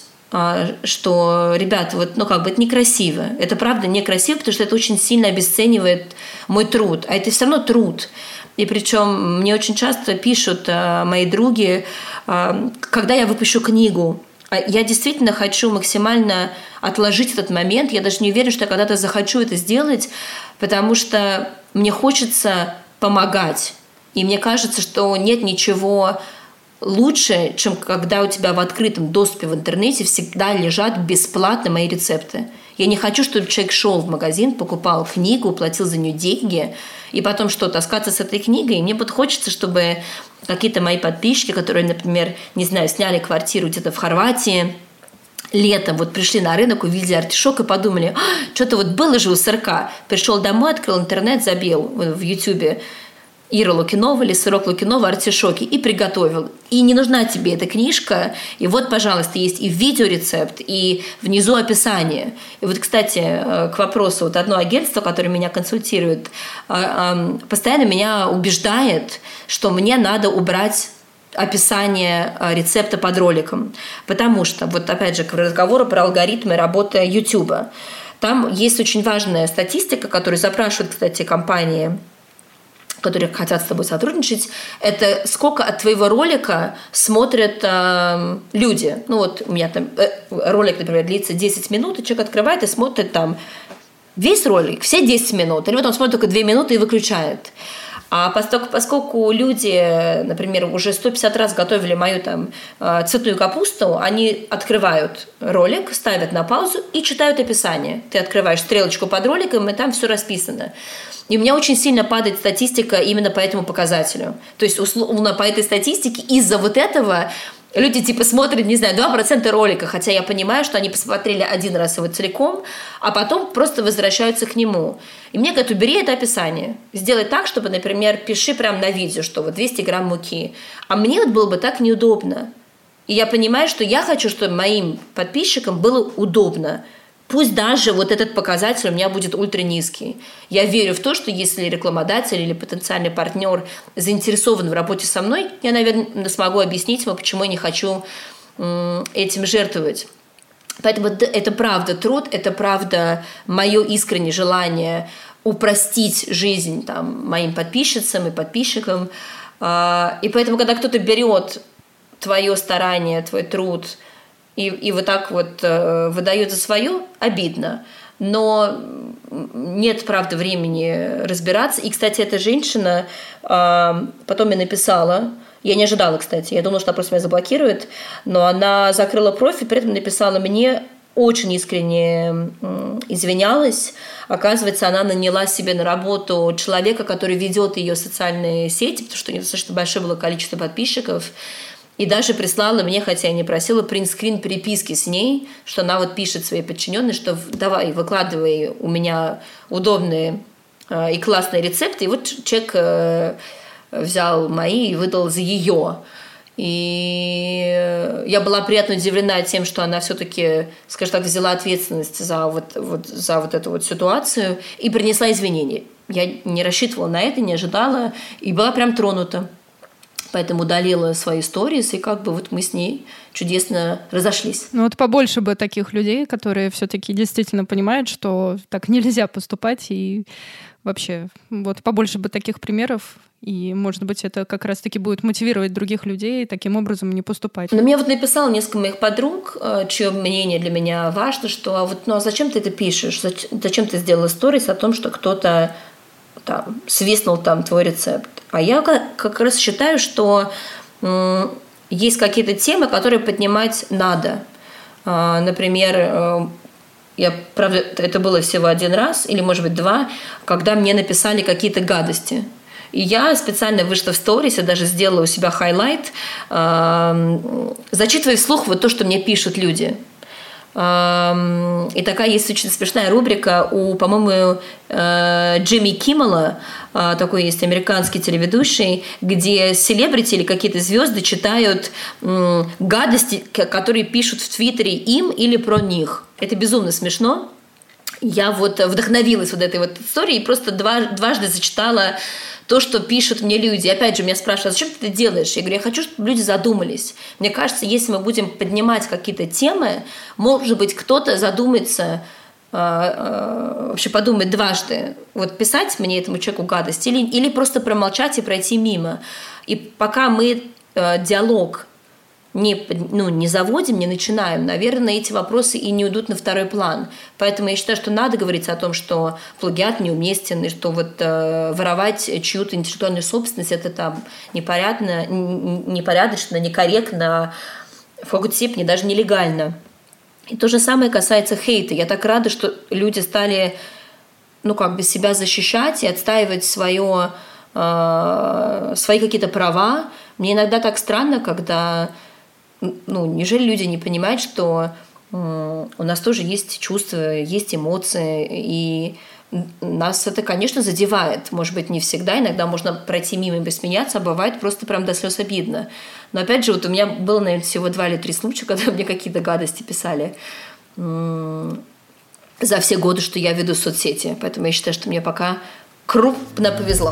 что, ребята, это некрасиво. Это правда некрасиво, потому что это очень сильно обесценивает мой труд. А это все равно труд. И причем мне очень часто пишут мои други, когда я выпущу книгу, я действительно хочу максимально отложить этот момент. Я даже не уверена, что я когда-то захочу это сделать, потому что мне хочется помогать. И мне кажется, что нет ничего лучше, чем когда у тебя в открытом доступе в интернете всегда лежат бесплатно мои рецепты. Я не хочу, чтобы человек шел в магазин, покупал книгу, платил за нее деньги, и потом таскаться с этой книгой. Мне хочется, чтобы какие-то мои подписчики, которые, например, не знаю, сняли квартиру где-то в Хорватии, летом пришли на рынок, увидели артишок и подумали, что-то было же у сырка. Пришел домой, открыл интернет, забил в Ютубе Ира Лукинова или сырок Лукинова, артишоки, и приготовил. И не нужна тебе эта книжка. И пожалуйста, есть и видеорецепт, и внизу описание. И кстати, к вопросу, одно агентство, которое меня консультирует, постоянно меня убеждает, что мне надо убрать описание рецепта под роликом. Потому что, опять же, к разговору про алгоритмы работы YouTube. Там есть очень важная статистика, которую запрашивают, кстати, компании, которые хотят с тобой сотрудничать, это сколько от твоего ролика смотрят люди. У меня там ролик, например, длится 10 минут, и человек открывает и смотрит там весь ролик, все 10 минут, или он смотрит только 2 минуты и выключает. А поскольку люди, например, уже 150 раз готовили мою цветную капусту, они открывают ролик, ставят на паузу и читают описание. Ты открываешь стрелочку под роликом, и там все расписано. И у меня очень сильно падает статистика именно по этому показателю. То есть, условно, по этой статистике из-за этого люди типа смотрят, не знаю, 2% ролика, хотя я понимаю, что они посмотрели один раз его целиком, а потом просто возвращаются к нему. И мне говорят, убери это описание. Сделай так, чтобы, например, пиши прямо на видео, что вот 200 грамм муки. А мне вот было бы так неудобно. И я понимаю, что я хочу, чтобы моим подписчикам было удобно. Пусть даже вот этот показатель у меня будет ультра низкий. Я верю в то, что если рекламодатель или потенциальный партнер заинтересован в работе со мной, я, наверное, смогу объяснить ему, почему я не хочу этим жертвовать. Поэтому это правда труд, это правда мое искреннее желание упростить жизнь там, моим подписчицам и подписчикам. И поэтому, когда кто-то берет твое старание, твой труд и вот так вот выдает за свое, обидно. Но нет, правда, времени разбираться. И, кстати, эта женщина потом мне написала, я не ожидала, кстати, я думала, что она просто меня заблокирует, но она закрыла профиль, при этом написала мне, очень искренне извинялась. Оказывается, она наняла себе на работу человека, который ведет ее социальные сети, потому что у нее достаточно большое было количество подписчиков. И даже прислала мне, хотя я не просила, принтскрин переписки с ней, что она вот пишет своей подчиненной, что давай, выкладывай у меня удобные и классные рецепты. И вот человек взял мои и выдал за ее. И я была приятно удивлена тем, что она все-таки, скажем так, взяла ответственность за вот эту вот ситуацию и принесла извинения. Я не рассчитывала на это, не ожидала, и была прям тронута. Поэтому удалила свои сторис, и как бы вот мы с ней чудесно разошлись. Ну вот побольше бы таких людей, которые все-таки действительно понимают, что так нельзя поступать, и вообще вот побольше бы таких примеров, и, может быть, это как раз-таки будет мотивировать других людей таким образом не поступать. Но мне вот написало несколько моих подруг, чье мнение для меня важно, что а зачем ты это пишешь? Зачем ты сделала сторис о том, что кто-то там свистнул там твой рецепт? А я как раз считаю, что есть какие-то темы, которые поднимать надо. Например, правда, это было всего один раз, или, может быть, два, когда мне написали какие-то гадости. И я специально вышла в сторис, я даже сделала у себя хайлайт, зачитывая вслух вот то, что мне пишут люди. И такая есть очень смешная рубрика у, по-моему, Джимми Киммела, такой есть американский телеведущий, где селебрити или какие-то звезды читают гадости, которые пишут в Твиттере им или про них. Это безумно смешно. Я вот вдохновилась вот этой вот историей и просто дважды зачитала то, что пишут мне люди. Опять же, меня спрашивают, зачем ты это делаешь? Я говорю, я хочу, чтобы люди задумались. Мне кажется, если мы будем поднимать какие-то темы, может быть, кто-то задумается, вообще подумает дважды, вот писать мне этому человеку гадость или просто промолчать и пройти мимо. И пока мы диалог не заводим, не начинаем, наверное, эти вопросы и не уйдут на второй план. Поэтому я считаю, что надо говорить о том, что плагиат неуместен, и что вот воровать чью-то интеллектуальную собственность – это там непорядочно, некорректно, в какой-то степени даже нелегально. И то же самое касается хейта. Я так рада, что люди стали себя защищать и отстаивать свои какие-то права. Мне иногда так странно, когда неужели люди не понимают, что у нас тоже есть чувства, есть эмоции, и нас это, конечно, задевает. Может быть, не всегда, иногда можно пройти мимо и посмеяться, а бывает просто прям до слез обидно. Но опять же, вот у меня было, наверное, всего 2 или 3 случая, когда мне какие-то гадости писали за все годы, что я веду соцсети. Поэтому я считаю, что мне пока крупно повезло.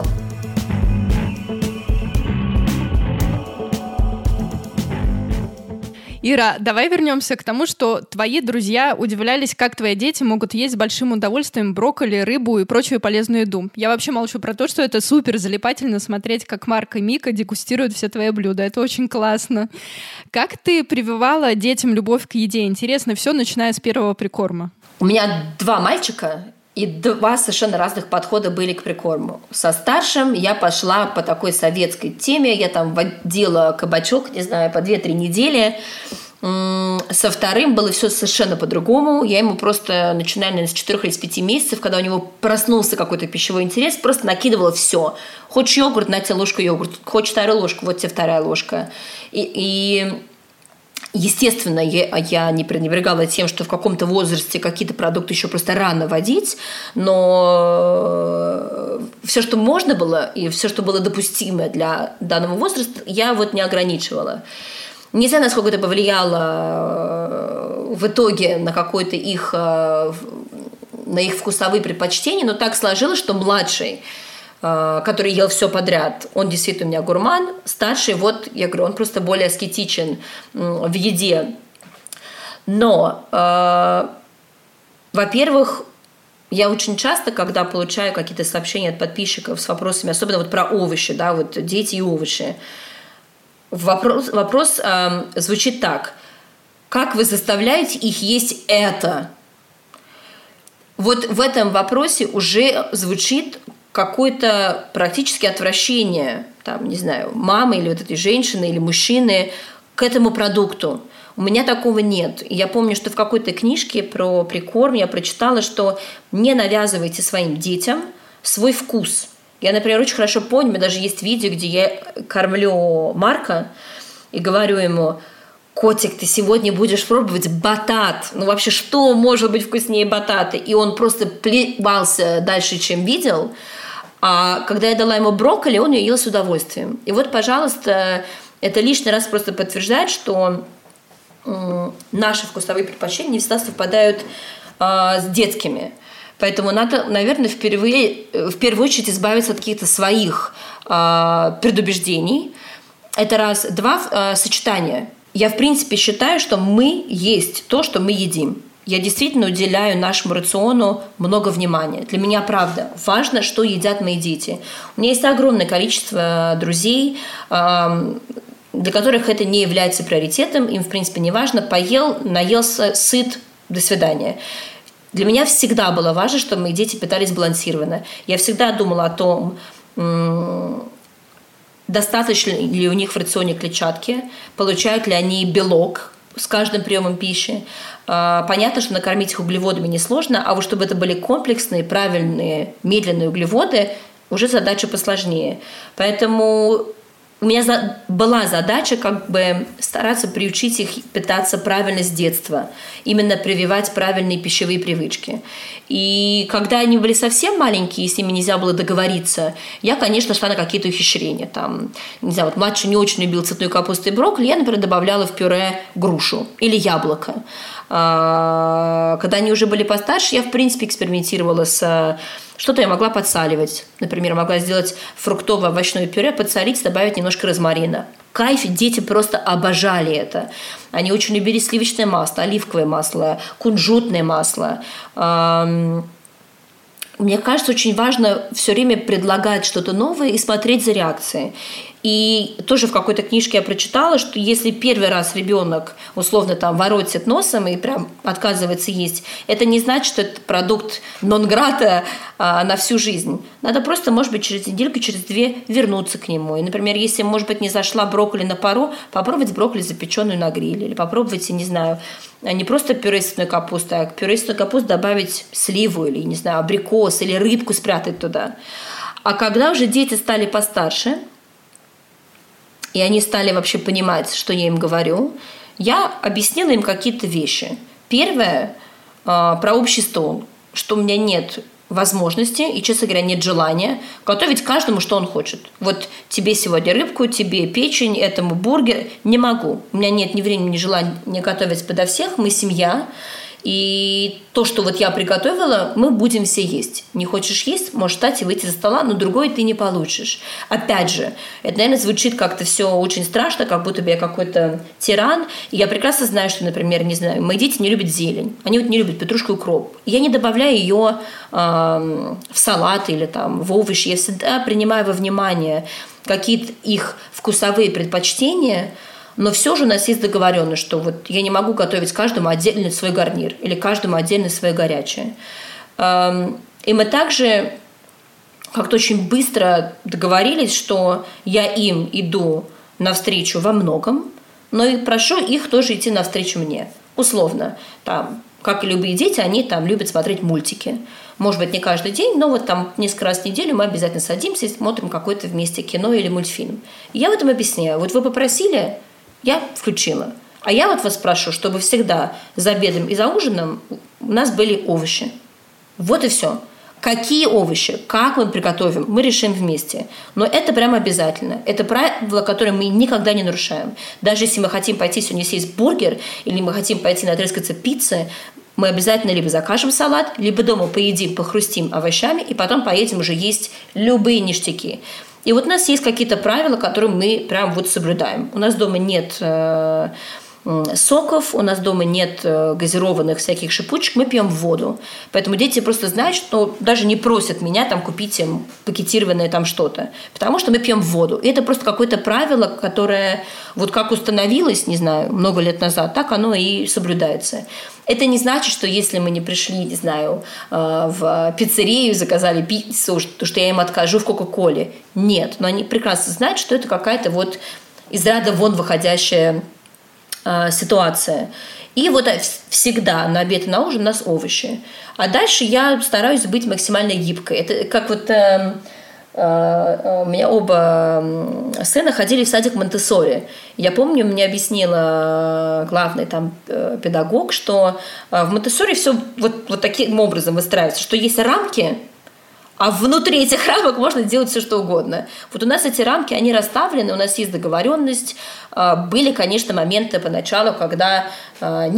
Ира, давай вернемся к тому, что твои друзья удивлялись, как твои дети могут есть с большим удовольствием брокколи, рыбу и прочую полезную еду. Я вообще молчу про то, что это супер залипательно смотреть, как Марк и Мика дегустируют все твои блюда. Это очень классно. Как ты прививала детям любовь к еде? Интересно все, начиная с первого прикорма. У меня 2 мальчика, и 2 совершенно разных подхода были к прикорму. Со старшим я пошла по такой советской теме. Я там водила кабачок, не знаю, по 2-3 недели. Со вторым было все совершенно по-другому. Я ему просто, начиная, наверное, с 4 или с 5 месяцев, когда у него проснулся какой-то пищевой интерес, просто накидывала все. Хочешь йогурт, на тебе ложку йогурта. Хочешь 2 ложку, вот тебе 2 ложка. И Естественно, я не пренебрегала тем, что в каком-то возрасте какие-то продукты еще просто рано вводить, но все, что можно было, и все, что было допустимо для данного возраста, я вот не ограничивала. Не знаю, насколько это повлияло в итоге на какой-то их, на их вкусовые предпочтения, но так сложилось, что младший, который ел все подряд, он действительно у меня гурман. Старший, вот, я говорю, он просто более аскетичен в еде. Но, во-первых, я очень часто, когда получаю какие-то сообщения от подписчиков с вопросами, особенно вот про овощи, да, вот дети и овощи, вопрос звучит так: как вы заставляете их есть это? Вот в этом вопросе уже звучит какое-то практически отвращение, там, не знаю, мамы или вот этой женщины или мужчины к этому продукту. У меня такого нет. И я помню, что в какой-то книжке про прикорм я прочитала, что не навязывайте своим детям свой вкус. Я, например, очень хорошо помню, у меня даже есть видео, где я кормлю Марка и говорю ему: котик, ты сегодня будешь пробовать батат. Ну вообще, что может быть вкуснее батата? И он просто плевался дальше, чем видел. А когда я дала ему брокколи, он ее ел с удовольствием. И вот, пожалуйста, это лишний раз просто подтверждает, что наши вкусовые предпочтения не всегда совпадают с детскими. Поэтому надо, наверное, в первую очередь избавиться от каких-то своих предубеждений. Это раз. Два, сочетание. Я, в принципе, считаю, что мы есть то, что мы едим. Я действительно уделяю нашему рациону много внимания. Для меня, правда, важно, что едят мои дети. У меня есть огромное количество друзей, для которых это не является приоритетом. Им, в принципе, не важно. Поел, наелся, сыт, до свидания. Для меня всегда было важно, чтобы мои дети питались сбалансированно. Я всегда думала о том, достаточно ли у них в рационе клетчатки, получают ли они белок с каждым приемом пищи. Понятно, что накормить их углеводами несложно, а вот чтобы это были комплексные, правильные, медленные углеводы, уже задача посложнее. Поэтому у меня была задача как бы стараться приучить их питаться правильно с детства, именно прививать правильные пищевые привычки. И когда они были совсем маленькие, и с ними нельзя было договориться, я, конечно, шла на какие-то ухищрения. Там, не знаю, вот младший не очень любил цветную капусту и брокколи, я, например, добавляла в пюре грушу или яблоко. Когда они уже были постарше, я, в принципе, экспериментировала с... Что-то я могла подсаливать. Например, могла сделать фруктово-овощное пюре, подсолить, добавить немножко розмарина. Кайф, дети просто обожали это. Они очень любили сливочное масло, оливковое масло, кунжутное масло. Мне кажется, очень важно все время предлагать что-то новое и смотреть за реакцией. И тоже в какой-то книжке я прочитала, что если первый раз ребенок условно там воротит носом и прям отказывается есть, это не значит, что это продукт нон-грата на всю жизнь. Надо просто, может быть, через недельку, через две вернуться к нему. И, например, если, может быть, не зашла брокколи на пару, попробовать брокколи, запеченную на гриле. Или попробовать, не знаю, не просто пюре из цветной капусты, а к пюре из цветной капусты добавить сливу или, не знаю, абрикос или рыбку спрятать туда. А когда уже дети стали постарше, и они стали вообще понимать, что я им говорю, я объяснила им какие-то вещи. Первое про общий стол, что у меня нет возможности и, честно говоря, нет желания готовить каждому, что он хочет. Вот тебе сегодня рыбку, тебе печень, этому бургер. Не могу. У меня нет ни времени, ни желания готовить подо всех. Мы семья. И то, что вот я приготовила, мы будем все есть. Не хочешь есть, можешь встать и выйти за стола, но другое ты не получишь. Опять же, это, наверное, звучит как-то все очень страшно, как будто бы я какой-то тиран. И я прекрасно знаю, что, например, не знаю, мои дети не любят зелень. Они вот не любят петрушку и укроп. Я не добавляю ее в салат или там, в овощи. Я всегда принимаю во внимание какие-то их вкусовые предпочтения. Но все же у нас есть договоренность, что вот я не могу готовить каждому отдельно свой гарнир или каждому отдельно свое горячее. И мы также как-то очень быстро договорились, что я им иду навстречу во многом, но и прошу их тоже идти навстречу мне. Условно, там, как и любые дети, они там любят смотреть мультики. Может быть, не каждый день, но вот там несколько раз в неделю мы обязательно садимся и смотрим какое-то вместе кино или мультфильм. И я в этом объясняю. Вот вы попросили... Я включила. А я вот вас прошу, чтобы всегда за обедом и за ужином у нас были овощи. Вот и все. Какие овощи, как мы приготовим, мы решим вместе. Но это прям обязательно. Это правило, которое мы никогда не нарушаем. Даже если мы хотим пойти сегодня съесть бургер, или мы хотим пойти натрескаться пиццы, мы обязательно либо закажем салат, либо дома поедим, похрустим овощами, и потом поедем уже есть любые ништяки. И вот у нас есть какие-то правила, которые мы прям вот соблюдаем. У нас дома нет соков, у нас дома нет газированных всяких шипучек, мы пьем воду. Поэтому дети просто знают, что даже не просят меня там купить им пакетированное там что-то, потому что мы пьем воду. И это просто какое-то правило, которое вот как установилось, не знаю, много лет назад, так оно и соблюдается. Это не значит, что если мы не пришли, не знаю, в пиццерию, заказали пиццу, что я им откажу в Кока-Коле. Нет, но они прекрасно знают, что это какая-то вот из ряда вон выходящая ситуация. И вот всегда на обед и на ужин у нас овощи. А дальше я стараюсь быть максимально гибкой. Это как вот у меня оба сына ходили в садик Монтессори. Я помню, мне объяснила главный там педагог, что в Монтессори все вот таким образом выстраивается, что есть рамки, а внутри этих рамок можно делать все, что угодно. Вот у нас эти рамки, они расставлены, у нас есть договоренность. Были, конечно, моменты поначалу, когда не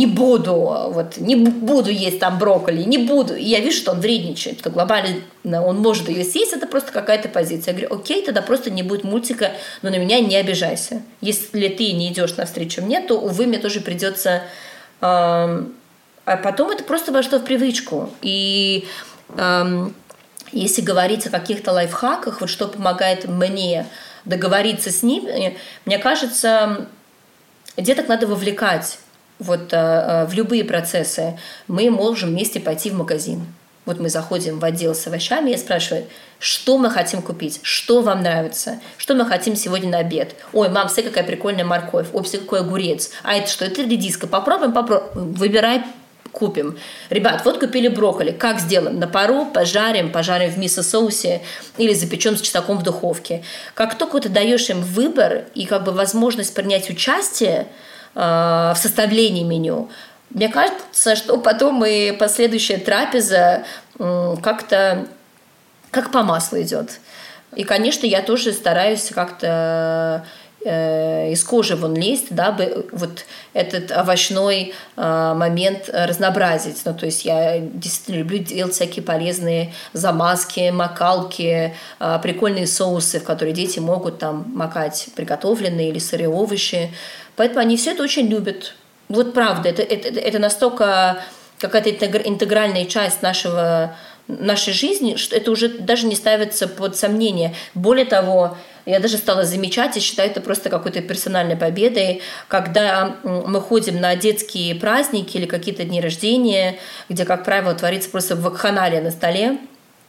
буду есть там брокколи, не буду. И я вижу, что он вредничает, что глобально он может ее съесть, это просто какая-то позиция. Я говорю, окей, тогда просто не будет мультика, но на меня не обижайся. Если ты не идешь навстречу мне, то, увы, мне тоже придется... А потом это просто вошло в привычку. И... Если говорить о каких-то лайфхаках, вот что помогает мне договориться с ним, мне кажется, деток надо вовлекать вот, в любые процессы. Мы можем вместе пойти в магазин. Вот мы заходим в отдел с овощами, я спрашиваю, что мы хотим купить, что вам нравится, что мы хотим сегодня на обед. Ой, мам, смотри, какая прикольная морковь, ой, смотри, какой огурец. А это что, это редиска, попробуем, выбирай, купим. Ребят, вот купили брокколи. Как сделаем? На пару пожарим в мисо-соусе или запечем с чесноком в духовке. Как только ты даешь им выбор и как бы возможность принять участие в составлении меню, мне кажется, что потом и последующая трапеза как-то как по маслу идет. И, конечно, я тоже стараюсь как-то из кожи вон лезть, дабы вот этот овощной момент разнообразить. Ну, то есть я действительно люблю делать всякие полезные замазки, макалки, прикольные соусы, в которые дети могут там макать приготовленные или сырые овощи. Поэтому они все это очень любят. Вот правда, это настолько какая-то интегральная часть нашей жизни, что это уже даже не ставится под сомнение. Более того, я даже стала замечать и считаю это просто какой-то персональной победой, когда мы ходим на детские праздники или какие-то дни рождения, где, как правило, творится просто вакханалия на столе,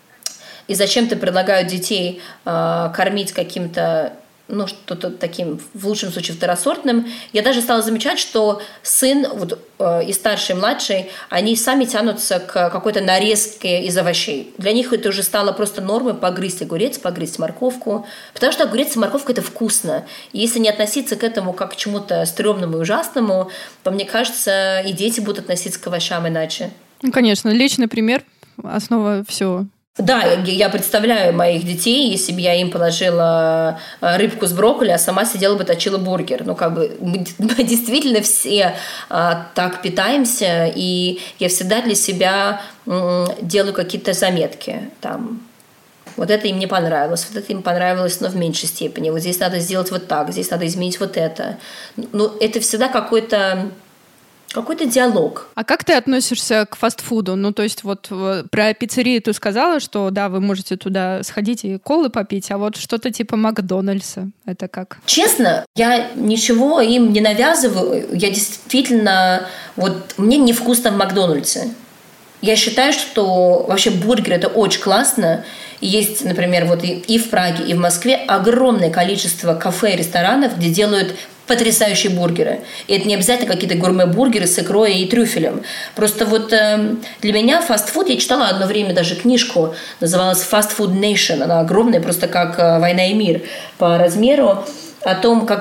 и зачем-то предлагают детей кормить каким-то, ну, что-то таким, в лучшем случае, второсортным. Я даже стала замечать, что сын, вот, и старший, и младший, они сами тянутся к какой-то нарезке из овощей. Для них это уже стало просто нормой погрызть огурец, погрызть морковку, потому что огурец и морковка – это вкусно. И если не относиться к этому как к чему-то стрёмному и ужасному, то, мне кажется, и дети будут относиться к овощам иначе. Ну, конечно, личный пример – основа всего. Да, я представляю моих детей, если бы я им положила рыбку с брокколи, а сама сидела бы точила бургер. Ну, как бы мы действительно все так питаемся, и я всегда для себя делаю какие-то заметки. Там, вот это им не понравилось, вот это им понравилось, но в меньшей степени. Вот здесь надо сделать вот так, здесь надо изменить вот это. Ну, это всегда какой-то диалог. А как ты относишься к фастфуду? Ну, то есть вот про пиццерию ты сказала, что да, вы можете туда сходить и колы попить, а вот что-то типа Макдональдса, это как? Честно, я ничего им не навязываю. Я действительно... Вот мне невкусно в Макдональдсе. Я считаю, что вообще бургер – это очень классно. Есть, например, вот и в Праге, и в Москве огромное количество кафе и ресторанов, где делают потрясающие бургеры. И это не обязательно какие-то гурме-бургеры с икрой и трюфелем. Просто вот для меня фастфуд, я читала одно время даже книжку, называлась «Fast Food Nation». Она огромная, просто как «Война и мир» по размеру, о том, как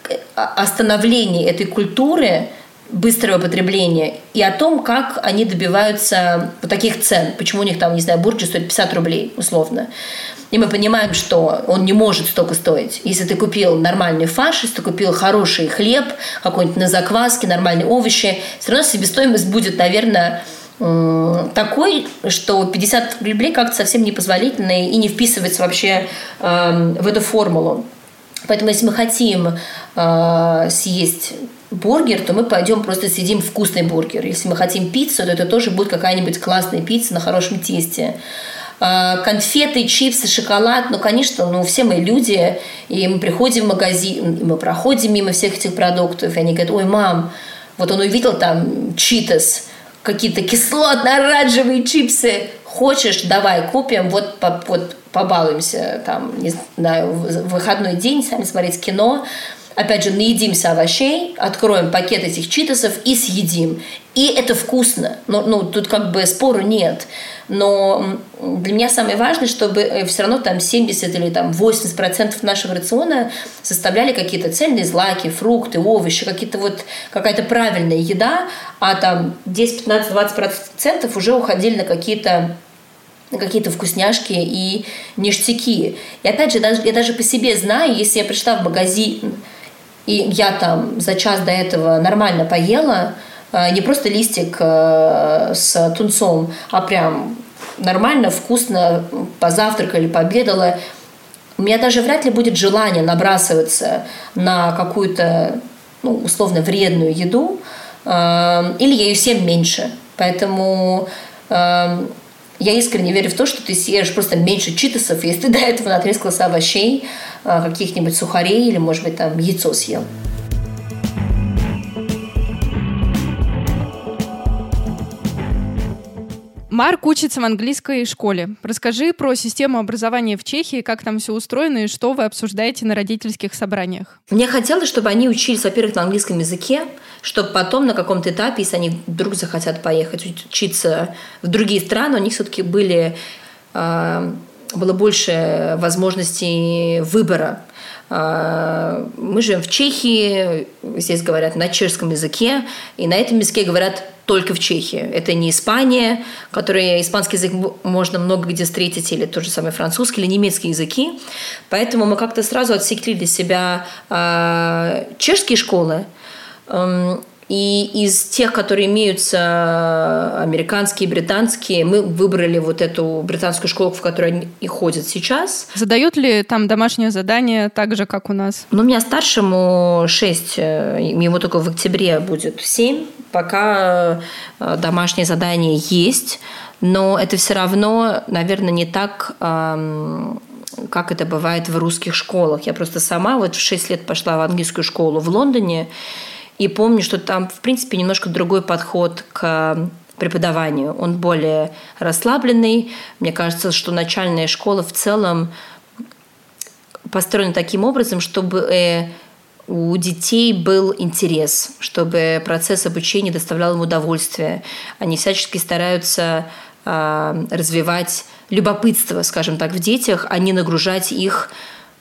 о становлении этой культуры быстрого потребления и о том, как они добиваются вот таких цен. Почему у них там, не знаю, бургер стоит 50 рублей, условно. И мы понимаем, что он не может столько стоить. Если ты купил нормальный фарш, если ты купил хороший хлеб, какой-нибудь на закваске, нормальные овощи, все равно себестоимость будет, наверное, такой, что 50 рублей как-то совсем непозволительно и не вписывается вообще в эту формулу. Поэтому если мы хотим съесть бургер, то мы пойдем просто съедим вкусный бургер. Если мы хотим пиццу, то это тоже будет какая-нибудь классная пицца на хорошем тесте. Конфеты, чипсы, шоколад, конечно, все мы люди, и мы приходим в магазин, и мы проходим мимо всех этих продуктов, и они говорят: ой, мам, вот он увидел там читос, какие-то кислотно-оранжевые чипсы, хочешь, давай купим, вот побалуемся, там, не знаю, в выходной день, сами смотреть кино. Опять же, наедимся овощей, откроем пакет этих читосов и съедим. И это вкусно. Тут как бы спору нет. Но для меня самое важное, чтобы все равно там 70 или там 80% нашего рациона составляли какие-то цельные злаки, фрукты, овощи, какая-то правильная еда, а там 10, 15, 20% уже уходили на какие-то вкусняшки и ништяки. И опять же, я даже по себе знаю, если я пришла в магазин, и я там за час до этого нормально поела, не просто листик с тунцом, а прям нормально, вкусно позавтракала или пообедала, у меня даже вряд ли будет желание набрасываться на какую-то, условно, вредную еду, или я ее съем меньше. Поэтому я искренне верю в то, что ты съешь просто меньше читосов, если ты до этого натрескался овощей, каких-нибудь сухарей или, может быть, там яйцо съел. Марк учится в английской школе. Расскажи про систему образования в Чехии, как там все устроено и что вы обсуждаете на родительских собраниях. Мне хотелось, чтобы они учились, во-первых, на английском языке, чтобы потом на каком-то этапе, если они вдруг захотят поехать учиться в другие страны, у них все-таки было больше возможностей выбора. Мы живем в Чехии, здесь говорят на чешском языке, и на этом языке говорят только в Чехии. Это не Испания, которая испанский язык можно много где встретить, или тот же самый французский, или немецкий языки. Поэтому мы как-то сразу отсекли для себя чешские школы. И из тех, которые имеются, американские, британские, мы выбрали вот эту британскую школу, в которой они и ходят сейчас. Задают ли там домашнее задание так же, как у нас? У меня старшему 6, ему только в октябре будет 7. Пока домашнее задание есть, но это все равно, наверное, не так, как это бывает в русских школах. Я просто сама в 6 лет пошла в английскую школу в Лондоне, и помню, что там, в принципе, немножко другой подход к преподаванию. Он более расслабленный. Мне кажется, что начальная школа в целом построена таким образом, чтобы у детей был интерес, чтобы процесс обучения доставлял им удовольствие. Они всячески стараются развивать любопытство, скажем так, в детях, а не нагружать их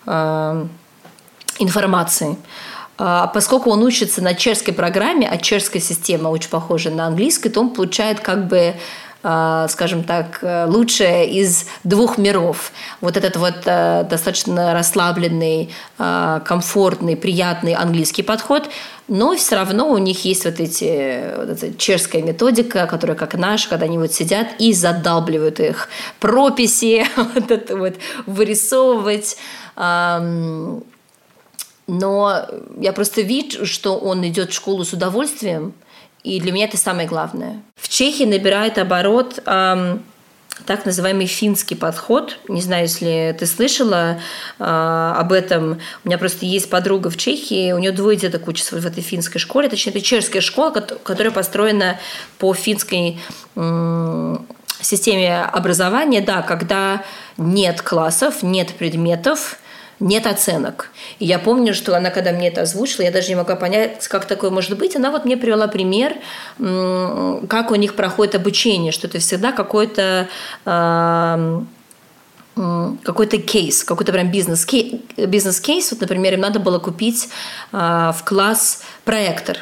информацией. Поскольку он учится на чешской программе, а чешская система очень похожа на английскую, то он получает скажем так, лучшее из двух миров. Вот этот вот достаточно расслабленный, комфортный, приятный английский подход, но все равно у них есть вот эта чешская методика, которая как наша, когда они вот сидят и задалбливают их прописи, вот это вот вырисовывать. Но я просто вижу, что он идет в школу с удовольствием, и для меня это самое главное. В Чехии набирает оборот так называемый финский подход. Не знаю, если ты слышала об этом. У меня просто есть подруга в Чехии, у нее 2 деток учатся в этой финской школе. Точнее, это чешская школа, которая построена по финской системе образования, да, когда нет классов, нет предметов, нет оценок. И я помню, что она, когда мне это озвучила, я даже не могла понять, как такое может быть. Она вот мне привела пример, как у них проходит обучение, что это всегда какой-то какой-то кейс, какой-то прям бизнес-кейс. Вот, например, им надо было купить в класс проектор.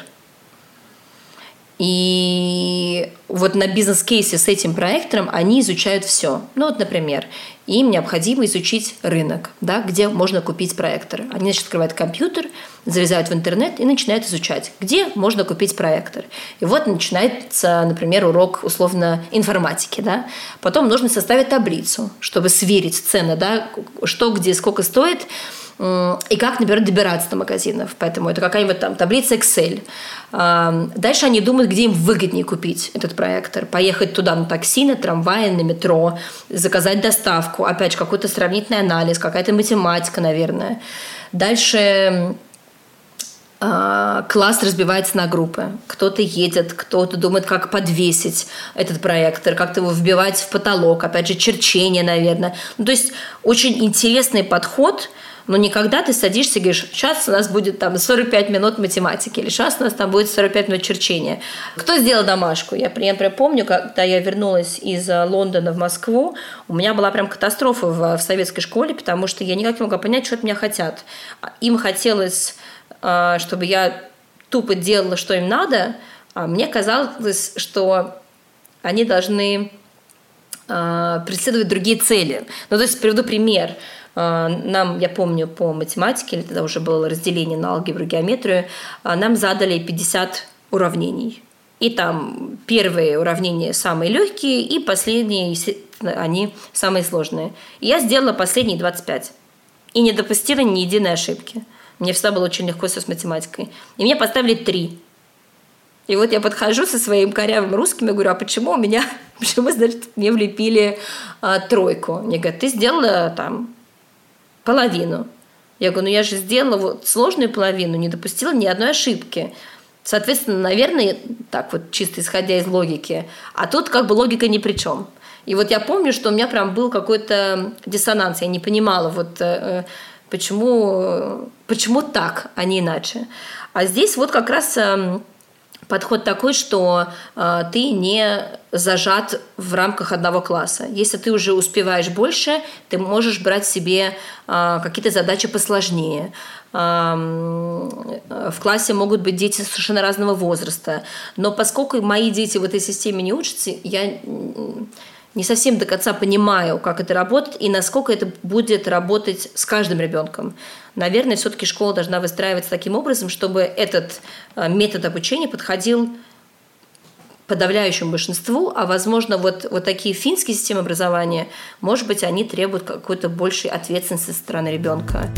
И вот на бизнес-кейсе с этим проектором они изучают все. Ну вот, например, им необходимо изучить рынок, да, где можно купить проектор. Они, значит, открывают компьютер, залезают в интернет и начинают изучать, где можно купить проектор. И вот начинается, например, урок условно информатики. Да? Потом нужно составить таблицу, чтобы сверить цены, да, что, где, сколько стоит, и как, например, добираться до магазинов. Поэтому это какая-нибудь там таблица Excel. Дальше они думают, где им выгоднее купить этот проектор. Поехать туда на такси, на трамвае, на метро, заказать доставку. Опять же, какой-то сравнительный анализ, какая-то математика, наверное. Дальше класс разбивается на группы. Кто-то едет, кто-то думает, как подвесить этот проектор, как-то его вбивать в потолок. Опять же, черчение, наверное. Ну, то есть очень интересный подход. Но никогда ты садишься и говоришь, сейчас у нас будет там 45 минут математики, или сейчас у нас там будет 45 минут черчения. Кто сделал домашку? Я прям помню, когда я вернулась из Лондона в Москву, у меня была прям катастрофа в советской школе, потому что я никак не могла понять, что от меня хотят. Им хотелось, чтобы я тупо делала, что им надо, а мне казалось, что они должны преследовать другие цели. Ну, то есть, приведу пример. Нам, я помню, по математике, или тогда уже было разделение на алгебру, геометрию, нам задали 50 уравнений. И там первые уравнения самые легкие, и последние, они самые сложные. И я сделала последние 25. И не допустила ни единой ошибки. Мне всегда было очень легко с математикой. И мне поставили 3. И вот я подхожу со своим корявым русским и говорю, а почему, значит, мне влепили 3? Мне говорят, ты сделала там половину. Я говорю, я же сделала вот сложную половину, не допустила ни одной ошибки. Соответственно, наверное, так вот чисто исходя из логики. А тут как бы логика ни при чем. И вот я помню, что у меня прям был какой-то диссонанс. Я не понимала, вот почему так, а не иначе. А здесь вот как раз подход такой, что ты не зажат в рамках одного класса. Если ты уже успеваешь больше, ты можешь брать себе какие-то задачи посложнее. В классе могут быть дети совершенно разного возраста. Но поскольку мои дети в этой системе не учатся, я не совсем до конца понимаю, как это работает и насколько это будет работать с каждым ребенком. Наверное, все-таки школа должна выстраиваться таким образом, чтобы этот метод обучения подходил подавляющему большинству, а, возможно, вот такие финские системы образования, может быть, они требуют какой-то большей ответственности со стороны ребенка.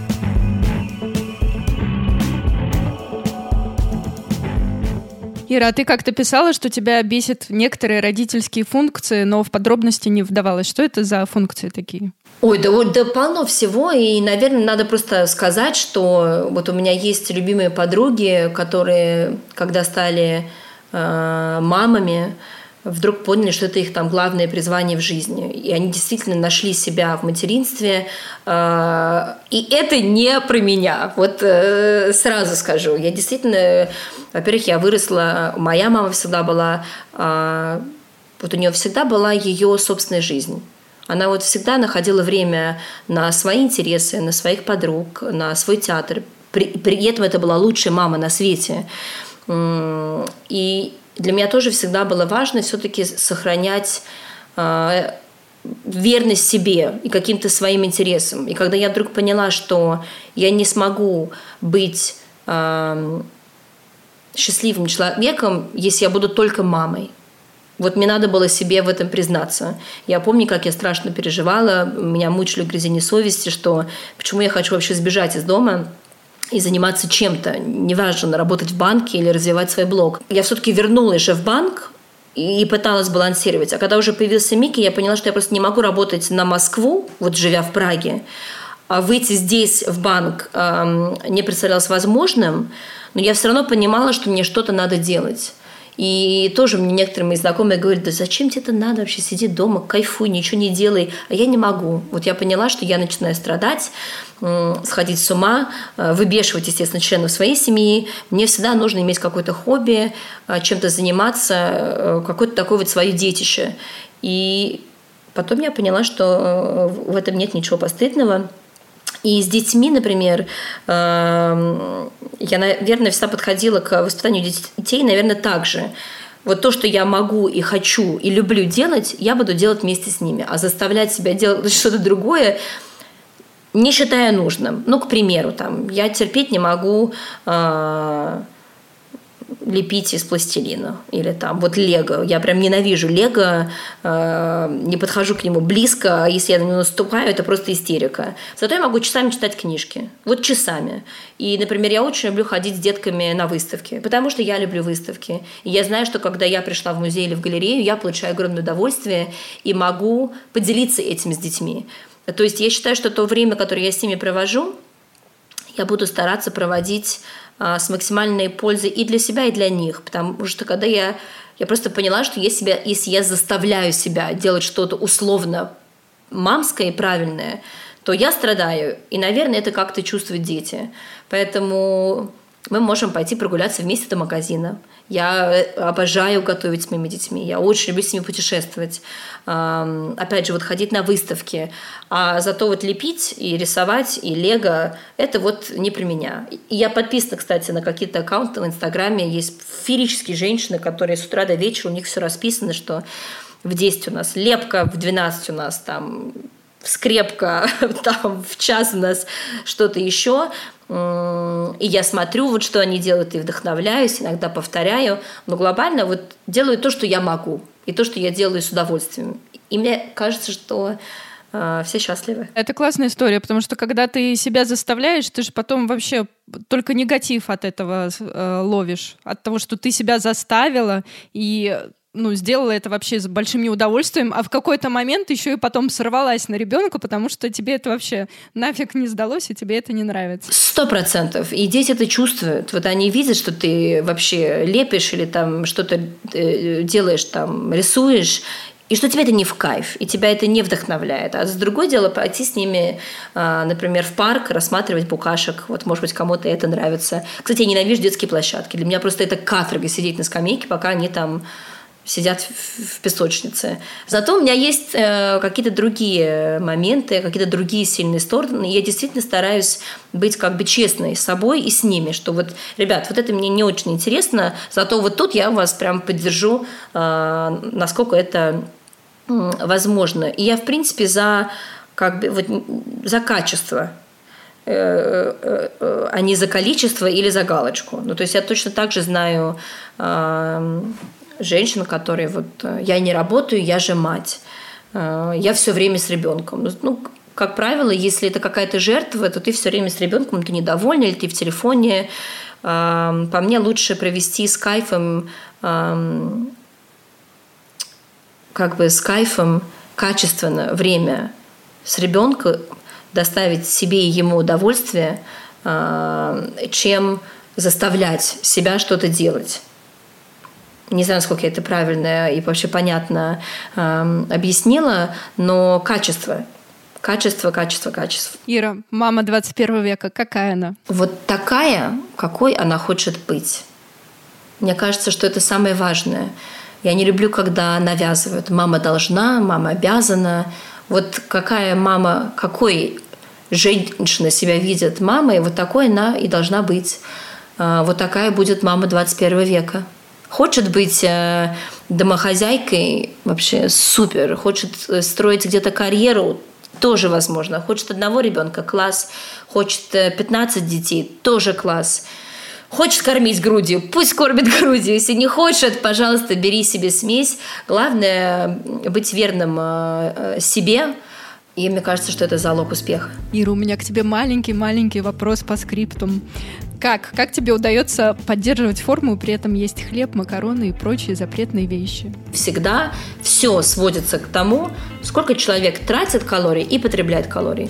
Ира, а ты как-то писала, что тебя бесит некоторые родительские функции, но в подробности не вдавалась. Что это за функции такие? Ой, да полно всего. И, наверное, надо просто сказать, что вот у меня есть любимые подруги, которые, когда стали мамами, вдруг поняли, что это их там главное призвание в жизни. И они действительно нашли себя в материнстве. И это не про меня. Вот сразу скажу. Я действительно... Во-первых, я выросла... Моя мама всегда была... Вот у нее всегда была ее собственная жизнь. Она вот всегда находила время на свои интересы, на своих подруг, на свой театр. При этом это была лучшая мама на свете. И для меня тоже всегда было важно все-таки сохранять верность себе и каким-то своим интересам. И когда я вдруг поняла, что я не смогу быть счастливым человеком, если я буду только мамой. Вот мне надо было себе в этом признаться. Я помню, как я страшно переживала, меня мучили угрызения совести, что почему я хочу вообще сбежать из дома и заниматься чем-то, неважно, работать в банке или развивать свой блог. Я все-таки вернулась же в банк и пыталась балансировать. А когда уже появился Микки, я поняла, что я просто не могу работать на Москву, вот живя в Праге, а выйти здесь в банк не представлялось возможным, но я все равно понимала, что мне что-то надо делать. И тоже мне некоторые мои знакомые говорят, да зачем тебе это надо вообще, сиди дома, кайфуй, ничего не делай. А я не могу. Вот я поняла, что я начинаю страдать, сходить с ума, выбешивать, естественно, членов своей семьи. Мне всегда нужно иметь какое-то хобби, чем-то заниматься, какое-то такое вот свое детище. И потом я поняла, что в этом нет ничего постыдного. И с детьми, например, я, наверное, всегда подходила к воспитанию детей, наверное, так же. Вот то, что я могу и хочу и люблю делать, я буду делать вместе с ними. А заставлять себя делать что-то другое, не считая нужным. Ну, к примеру, там, я терпеть не могу лепить из пластилина. Или там вот лего. Я прям ненавижу лего, не подхожу к нему близко, а если я на него наступаю, это просто истерика. Зато я могу часами читать книжки. Вот часами. И, например, я очень люблю ходить с детками на выставки, потому что я люблю выставки. И я знаю, что когда я пришла в музей или в галерею, я получаю огромное удовольствие и могу поделиться этим с детьми. То есть я считаю, что то время, которое я с ними провожу, я буду стараться проводить с максимальной пользой и для себя, и для них. Потому что когда я просто поняла, что если я заставляю себя делать что-то условно мамское и правильное, то я страдаю. И, наверное, это как-то чувствуют дети. Поэтому мы можем пойти прогуляться вместе до магазина. Я обожаю готовить с моими детьми. Я очень люблю с ними путешествовать. Опять же, вот ходить на выставки. А зато вот лепить и рисовать, и лего – это вот не про меня. И я подписана, кстати, на какие-то аккаунты в Инстаграме. Есть феерические женщины, которые с утра до вечера, у них все расписано, что в 10 у нас лепка, в 12 у нас там скрепка, там в час у нас что-то еще. И я смотрю, вот что они делают, и вдохновляюсь, иногда повторяю, но глобально вот делаю то, что я могу, и то, что я делаю с удовольствием. И мне кажется, что все счастливы. Это классная история, потому что когда ты себя заставляешь, ты же потом вообще только негатив от этого ловишь, от того, что ты себя заставила и сделала это вообще с большим неудовольствием, а в какой-то момент еще и потом сорвалась на ребенка, потому что тебе это вообще нафиг не сдалось, и тебе это не нравится. 100%. И дети это чувствуют. Вот они видят, что ты вообще лепишь или там что-то делаешь, там рисуешь, и что тебе это не в кайф, и тебя это не вдохновляет. А с другой дело пойти с ними, например, в парк, рассматривать букашек. Вот, может быть, кому-то это нравится. Кстати, я ненавижу детские площадки. Для меня просто это каторга сидеть на скамейке, пока они там сидят в песочнице. Зато у меня есть какие-то другие моменты, какие-то другие сильные стороны. И я действительно стараюсь быть как бы честной с собой и с ними, что вот, ребят, вот это мне не очень интересно, зато вот тут я вас прям поддержу, насколько это возможно. И я, в принципе, за качество, а не за количество или за галочку. То есть я точно так же знаю женщин, которые я не работаю, я же мать. Я все время с ребенком. Как правило, если это какая-то жертва, то ты все время с ребенком, ты недовольна, или ты в телефоне. По мне лучше провести с кайфом, качественно время с ребенком, доставить себе и ему удовольствие, чем заставлять себя что-то делать. Не знаю, насколько я это правильно и вообще понятно объяснила, но качество. Ира, мама 21 века, какая она? Вот такая, какой она хочет быть. Мне кажется, что это самое важное. Я не люблю, когда навязывают. Мама должна, мама обязана. Вот какая мама, какой женщина себя видит мамой, вот такой она и должна быть. Вот такая будет мама 21 века. Хочет быть домохозяйкой, вообще супер. Хочет строить где-то карьеру, тоже возможно. Хочет одного ребенка, класс. Хочет 15 детей, тоже класс. Хочет кормить грудью, пусть кормит грудью. Если не хочет, пожалуйста, бери себе смесь. Главное быть верным себе. И мне кажется, что это залог успеха. Ира, у меня к тебе маленький вопрос по скриптум. Как тебе удается поддерживать форму и при этом есть хлеб, макароны и прочие запретные вещи? Всегда все сводится к тому, сколько человек тратит калорий и потребляет калорий.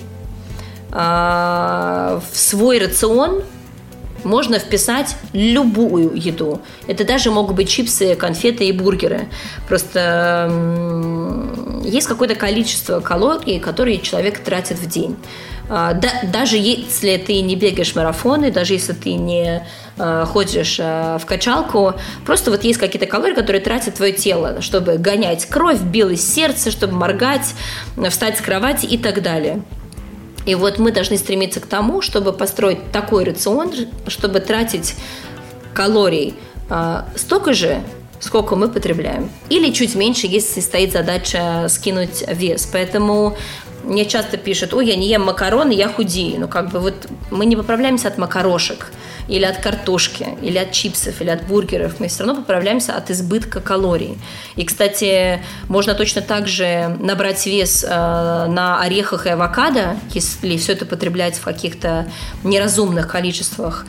В свой рацион можно вписать любую еду. Это даже могут быть чипсы, конфеты и бургеры. Просто есть какое-то количество калорий, которые человек тратит в день. Даже если ты не бегаешь марафоны, даже если ты не ходишь в качалку, просто вот есть какие-то калории, которые тратят твое тело, чтобы гонять кровь, билось сердце, чтобы моргать, встать с кровати и так далее. И вот мы должны стремиться к тому, чтобы построить такой рацион, чтобы тратить калорий столько же, сколько мы потребляем. Или чуть меньше, если стоит задача скинуть вес. Поэтому мне часто пишут: ой, я не ем макароны, я худею. Ну, как бы вот мы не поправляемся от макарошек, или от картошки, или от чипсов, или от бургеров. Мы все равно поправляемся от избытка калорий. И, кстати, можно точно так же набрать вес на орехах и авокадо, если все это потреблять в каких-то неразумных количествах.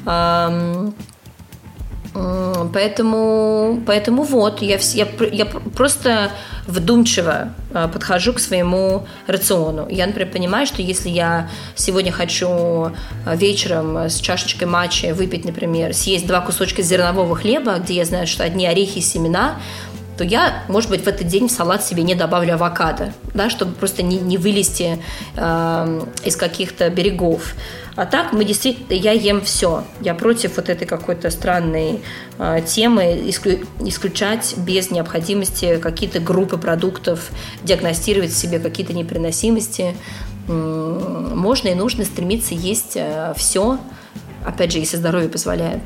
Поэтому вот, я просто вдумчиво подхожу к своему рациону. Я, например, понимаю, что если я сегодня хочу вечером с чашечкой матчи выпить, например, съесть 2 кусочка зернового хлеба, где я знаю, что одни орехи и семена, то я, может быть, в этот день в салат себе не добавлю авокадо, да, чтобы просто не вылезти из каких-то берегов. А так мы действительно, я ем все. Я против вот этой какой-то странной темы исключать без необходимости какие-то группы продуктов, диагностировать в себе какие-то непереносимости. Можно и нужно стремиться есть все, опять же, если здоровье позволяет,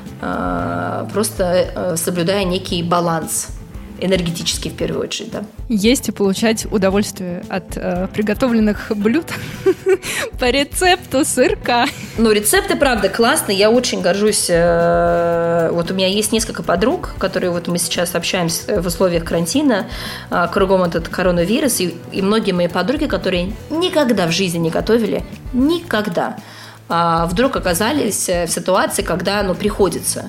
просто соблюдая некий баланс. Энергетически, в первую очередь, да. Есть и получать удовольствие от приготовленных блюд по рецепту сырка. Ну, рецепты, правда, классные. Я очень горжусь. Вот у меня есть несколько подруг, которые вот мы сейчас общаемся в условиях карантина, кругом этот коронавирус, и многие мои подруги, которые никогда в жизни не готовили, никогда, вдруг оказались в ситуации, когда, приходится.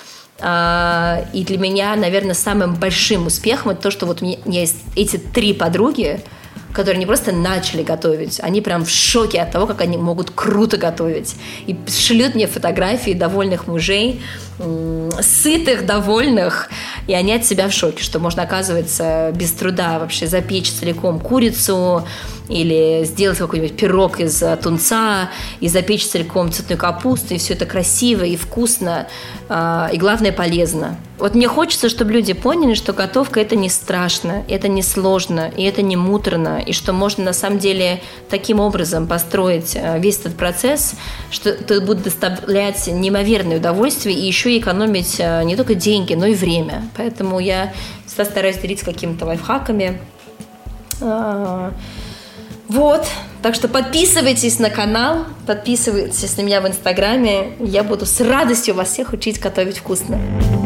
И для меня, наверное, самым большим успехом это то, что вот у меня есть эти 3 подруги, которые не просто начали готовить, они прям в шоке от того, как они могут круто готовить. И шлют мне фотографии довольных мужей, сытых, довольных, и они от себя в шоке, что можно, оказывается, без труда вообще запечь целиком курицу или сделать какой-нибудь пирог из тунца и запечь целиком цветную капусту, и все это красиво и вкусно, и, главное, полезно. Вот мне хочется, чтобы люди поняли, что готовка – это не страшно, это не сложно, и это не муторно, и что можно, на самом деле, таким образом построить весь этот процесс, что это будет доставлять неимоверное удовольствие и еще и экономить не только деньги, но и время. Поэтому я всегда стараюсь делиться какими-то лайфхаками. Вот, так что подписывайтесь на канал, подписывайтесь на меня в Инстаграме. Я буду с радостью вас всех учить готовить вкусно.